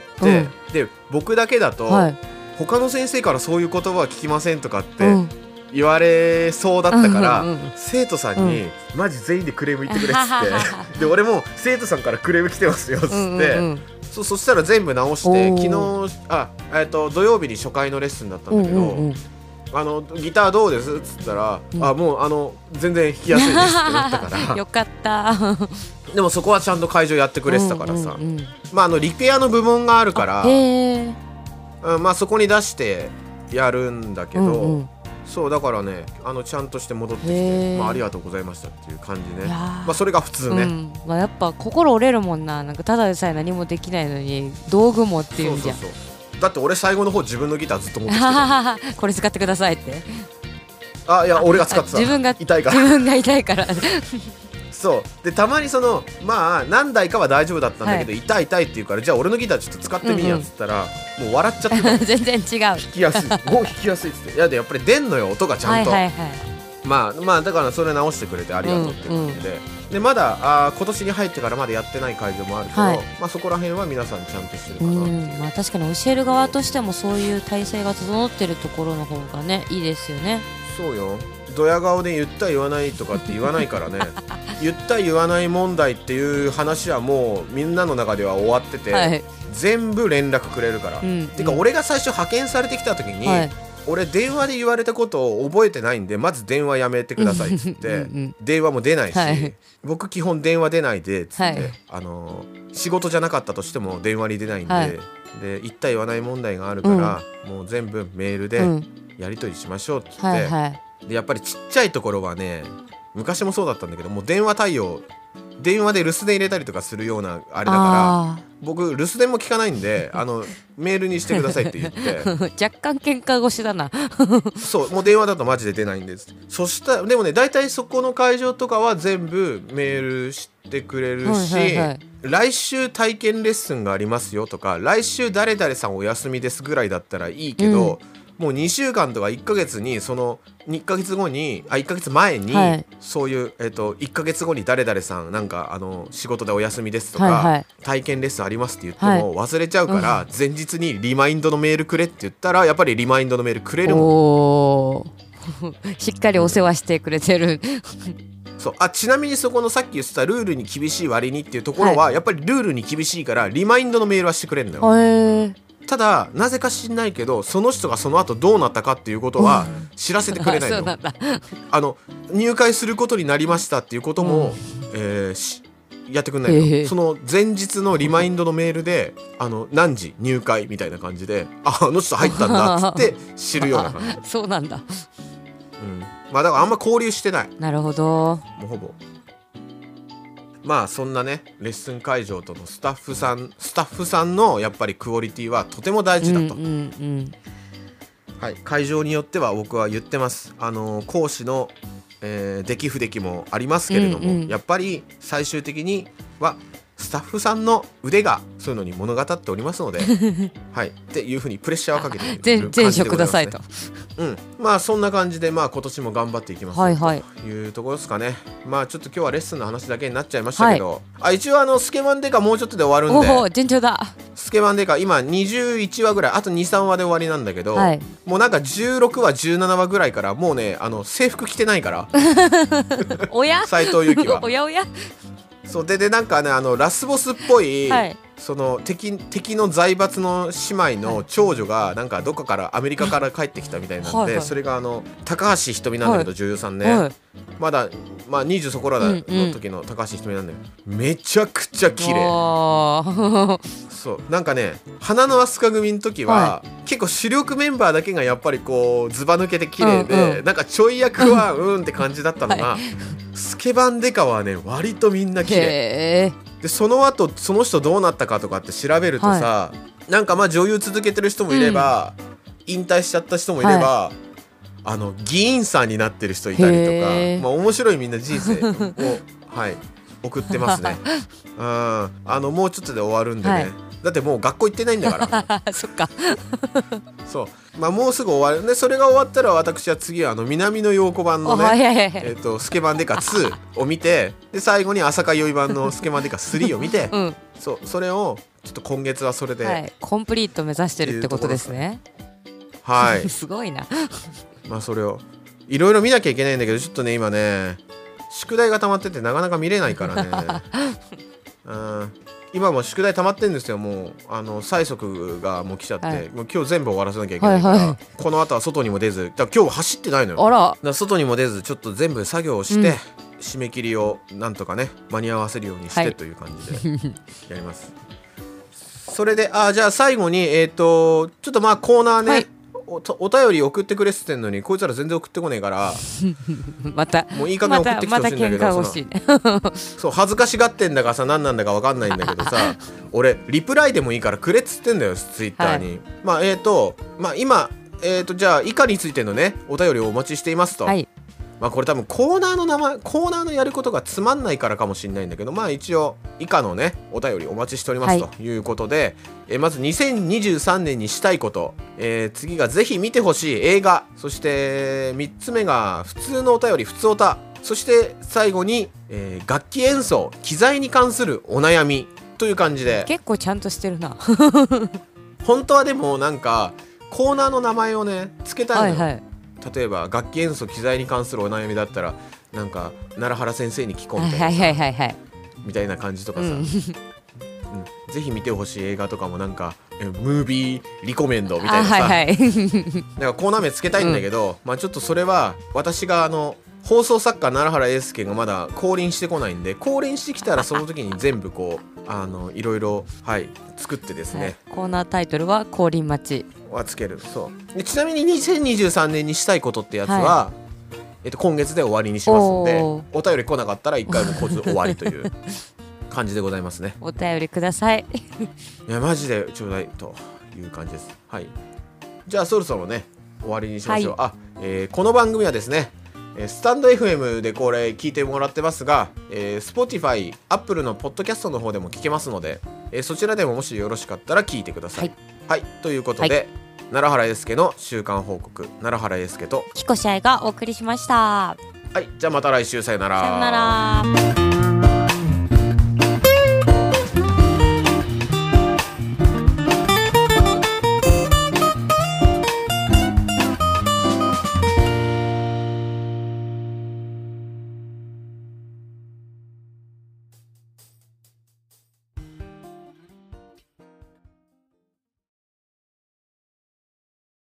で僕だけだと、他の先生からそういう言葉は聞きませんとかって言われそうだったから、生徒さんに、マジ全員でクレーム言ってくれっつってで俺も生徒さんからクレーム来てますよっつって、 そしたら全部直して、昨日土曜日に初回のレッスンだったんだけど、ギターどうですっつったら、もう全然弾きやすいですってなったからよかったでもそこはちゃんと会場やってくれてたからさ、リペアの部門があるから、そこに出してやるんだけど、そうだからねちゃんとして戻ってきて、ありがとうございましたっていう感じね。それが普通ね、 やっぱ心折れるもんな。なんかただでさえ何もできないのに道具もっていうんじゃん。 そうだって俺最後の方自分のギターずっと持ってきてたこれ使ってくださいって。 いや俺が使ってた。 自分が痛いから。 自分が痛いからそうでたまに何台かは大丈夫だったんだけど、痛いって言うから、じゃあ俺のギターちょっと使ってみやっつったら、もう笑っちゃってた全然違う。 弾きやすい弾きやすいっつって。いやでやっぱり出んのよ音がちゃんと、だからそれ直してくれてありがとうって感じで、でまだ今年に入ってからまだやってない会場もあるけど、そこら辺は皆さんちゃんとしてるかなっていう。 確かに教える側としてもそういう体制が整ってるところの方がねいいですよね。 そうよ、ドヤ顔で言った言わないとかって言わないからね言った言わない問題っていう話はもうみんなの中では終わってて、全部連絡くれるから、てか俺が最初派遣されてきた時に、俺電話で言われたことを覚えてないんでまず電話やめてくださいっつって電話も出ないし、僕基本電話出ないでっつって、仕事じゃなかったとしても電話に出ないんで、で言った言わない問題があるから、もう全部メールでやり取りしましょうっつって、でやっぱりちっちゃいところはね、昔もそうだったんだけど、もう電話対応、電話で留守電入れたりとかするようなあれだから、僕留守電も聞かないんでメールにしてくださいって言って若干喧嘩腰だなそうもう電話だとマジで出ないんです。そしたらでもね、大体そこの会場とかは全部メールしてくれるし、来週体験レッスンがありますよとか、来週誰々さんお休みですぐらいだったらいいけど、もう2週間とか1ヶ月にその1ヶ月後に1ヶ月前に、そういう、1ヶ月後に誰々さんなんか仕事でお休みですとか、体験レッスンありますって言っても忘れちゃうから、前日にリマインドのメールくれって言ったらやっぱりリマインドのメールくれるもんしっかりお世話してくれてるそうちなみにそこのさっき言ってたルールに厳しい割にっていうところは、やっぱりルールに厳しいからリマインドのメールはしてくれるんだよ。ただなぜか知んないけどその人がその後どうなったかっていうことは知らせてくれないの入会することになりましたっていうことも、やってくれないの。その前日のリマインドのメールで何時入会みたいな感じであの人入ったんだっつって知るような感じそうなんだ。 だからあんま交流してない。 なるほど。 もうほぼそんなねレッスン会場とのスタッフさんのやっぱりクオリティはとても大事だと、会場によっては僕は言ってます。講師の、出来不出来もありますけれども、やっぱり最終的にはスタッフさんの腕がそういうのに物語っておりますのでっていうふうにプレッシャーをかけている感じでございますね。 全職くださいと。 そんな感じで今年も頑張っていきますというところですかね。ちょっと今日はレッスンの話だけになっちゃいましたけど、一応スケバンデカもうちょっとで終わるんで、 順調だ。 スケバンデカ今21話ぐらい、あと 2,3 話で終わりなんだけど、もうなんか16話17話ぐらいからもうね制服着てないからおや斉藤由貴はおやおやそうでなんかねラスボスっぽい、その敵の財閥の姉妹の長女がなんかどっかからアメリカから帰ってきたみたいなんで、それが高橋ひとみなんだけど、女優さんね、まだ20そこらの時の高橋ひとみなんだけど、めちゃくちゃ綺麗そうなんかね花の飛鳥組の時は、結構主力メンバーだけがやっぱりこうずば抜けて綺麗で、なんかちょい役はって感じだったのが、スケバンデカはね割とみんな綺麗で、その後その人どうなったかとかって調べるとさ、なんか女優続けてる人もいれば、引退しちゃった人もいれば、議員さんになってる人いたりとか、面白いみんな人生を送ってますねもうちょっとで終わるんでね、だってもう学校行ってないんだからそっかそうもうすぐ終わるで、それが終わったら私は次は南の陽子版のねスケバンデカ2を見て、で最後に朝香宵版のスケバンデカ3を見て、それをちょっと今月はそれで、 コンプリート目指してるってことですね。すごいなそれをいろいろ見なきゃいけないんだけど、ちょっとね今ね宿題が溜まっててなかなか見れないからね今も宿題溜まってんですよ。もう催促がもう来ちゃって、 はい、 もう今日全部終わらせなきゃいけないから、はいはい、この後は外にも出ず、だから今日は走ってないのよ。だから外にも出ずちょっと全部作業をして、締め切りをなんとかね間に合わせるようにしてという感じでやります。それでじゃあ最後にちょっとまあコーナーね、はい、お便り送ってくれって言ってんのにこいつら全然送ってこねえからまたもういい加減送ってきてほしいんだけど、 また喧嘩欲しいそう恥ずかしがってんだかさ何なんだか分かんないんだけどさ俺リプライでもいいからくれっつってんだよツイッターに、はい、まあ今じゃあ以下についてのねお便りをお待ちしていますと、はい、まあこれ多分コーナーのやることがつまんないからかもしれないんだけど、まあ一応以下のねお便りお待ちしておりますということで、まず2023年にしたいこと、次がぜひ見てほしい映画、そして3つ目が普通のお便り普通おた、そして最後に、楽器演奏機材に関するお悩みという感じで、 結構ちゃんとしてるな本当はでもなんかコーナーの名前をねつけたいのよ、はいはい、例えば楽器演奏機材に関するお悩みだったらなんか奈良原先生に聞こうみたいな、はいはいはいはい、みたいな感じとかさ、ぜひ見てほしい映画とかもなんかムービーリコメンドみたいなさ、はいはい、なんかコーナー名つけたいんだけど、まあちょっとそれは私が放送作家奈良原英介がまだ降臨してこないんで、降臨してきたらその時に全部こういろいろ、はい、作ってですね、 コーナータイトルは降臨待ちはつける。そうでちなみに2023年にしたいことってやつは、今月で終わりにしますんで、お便り来なかったら1回も来ず終わりという感じでございますね。 お便りくださいいやマジでちょうだいという感じです。はい、じゃあそろそろね終わりにしましょう。はい、この番組はですねスタンド FM でこれ聞いてもらってますが、Spotify、Apple のポッドキャストの方でも聞けますので、そちらでももしよろしかったら聞いてください。はい、ということで、はい、奈良原英介の週間報告、奈良原英介と彦試合がお送りしました。 はい、じゃあまた来週さよなら。 さよなら。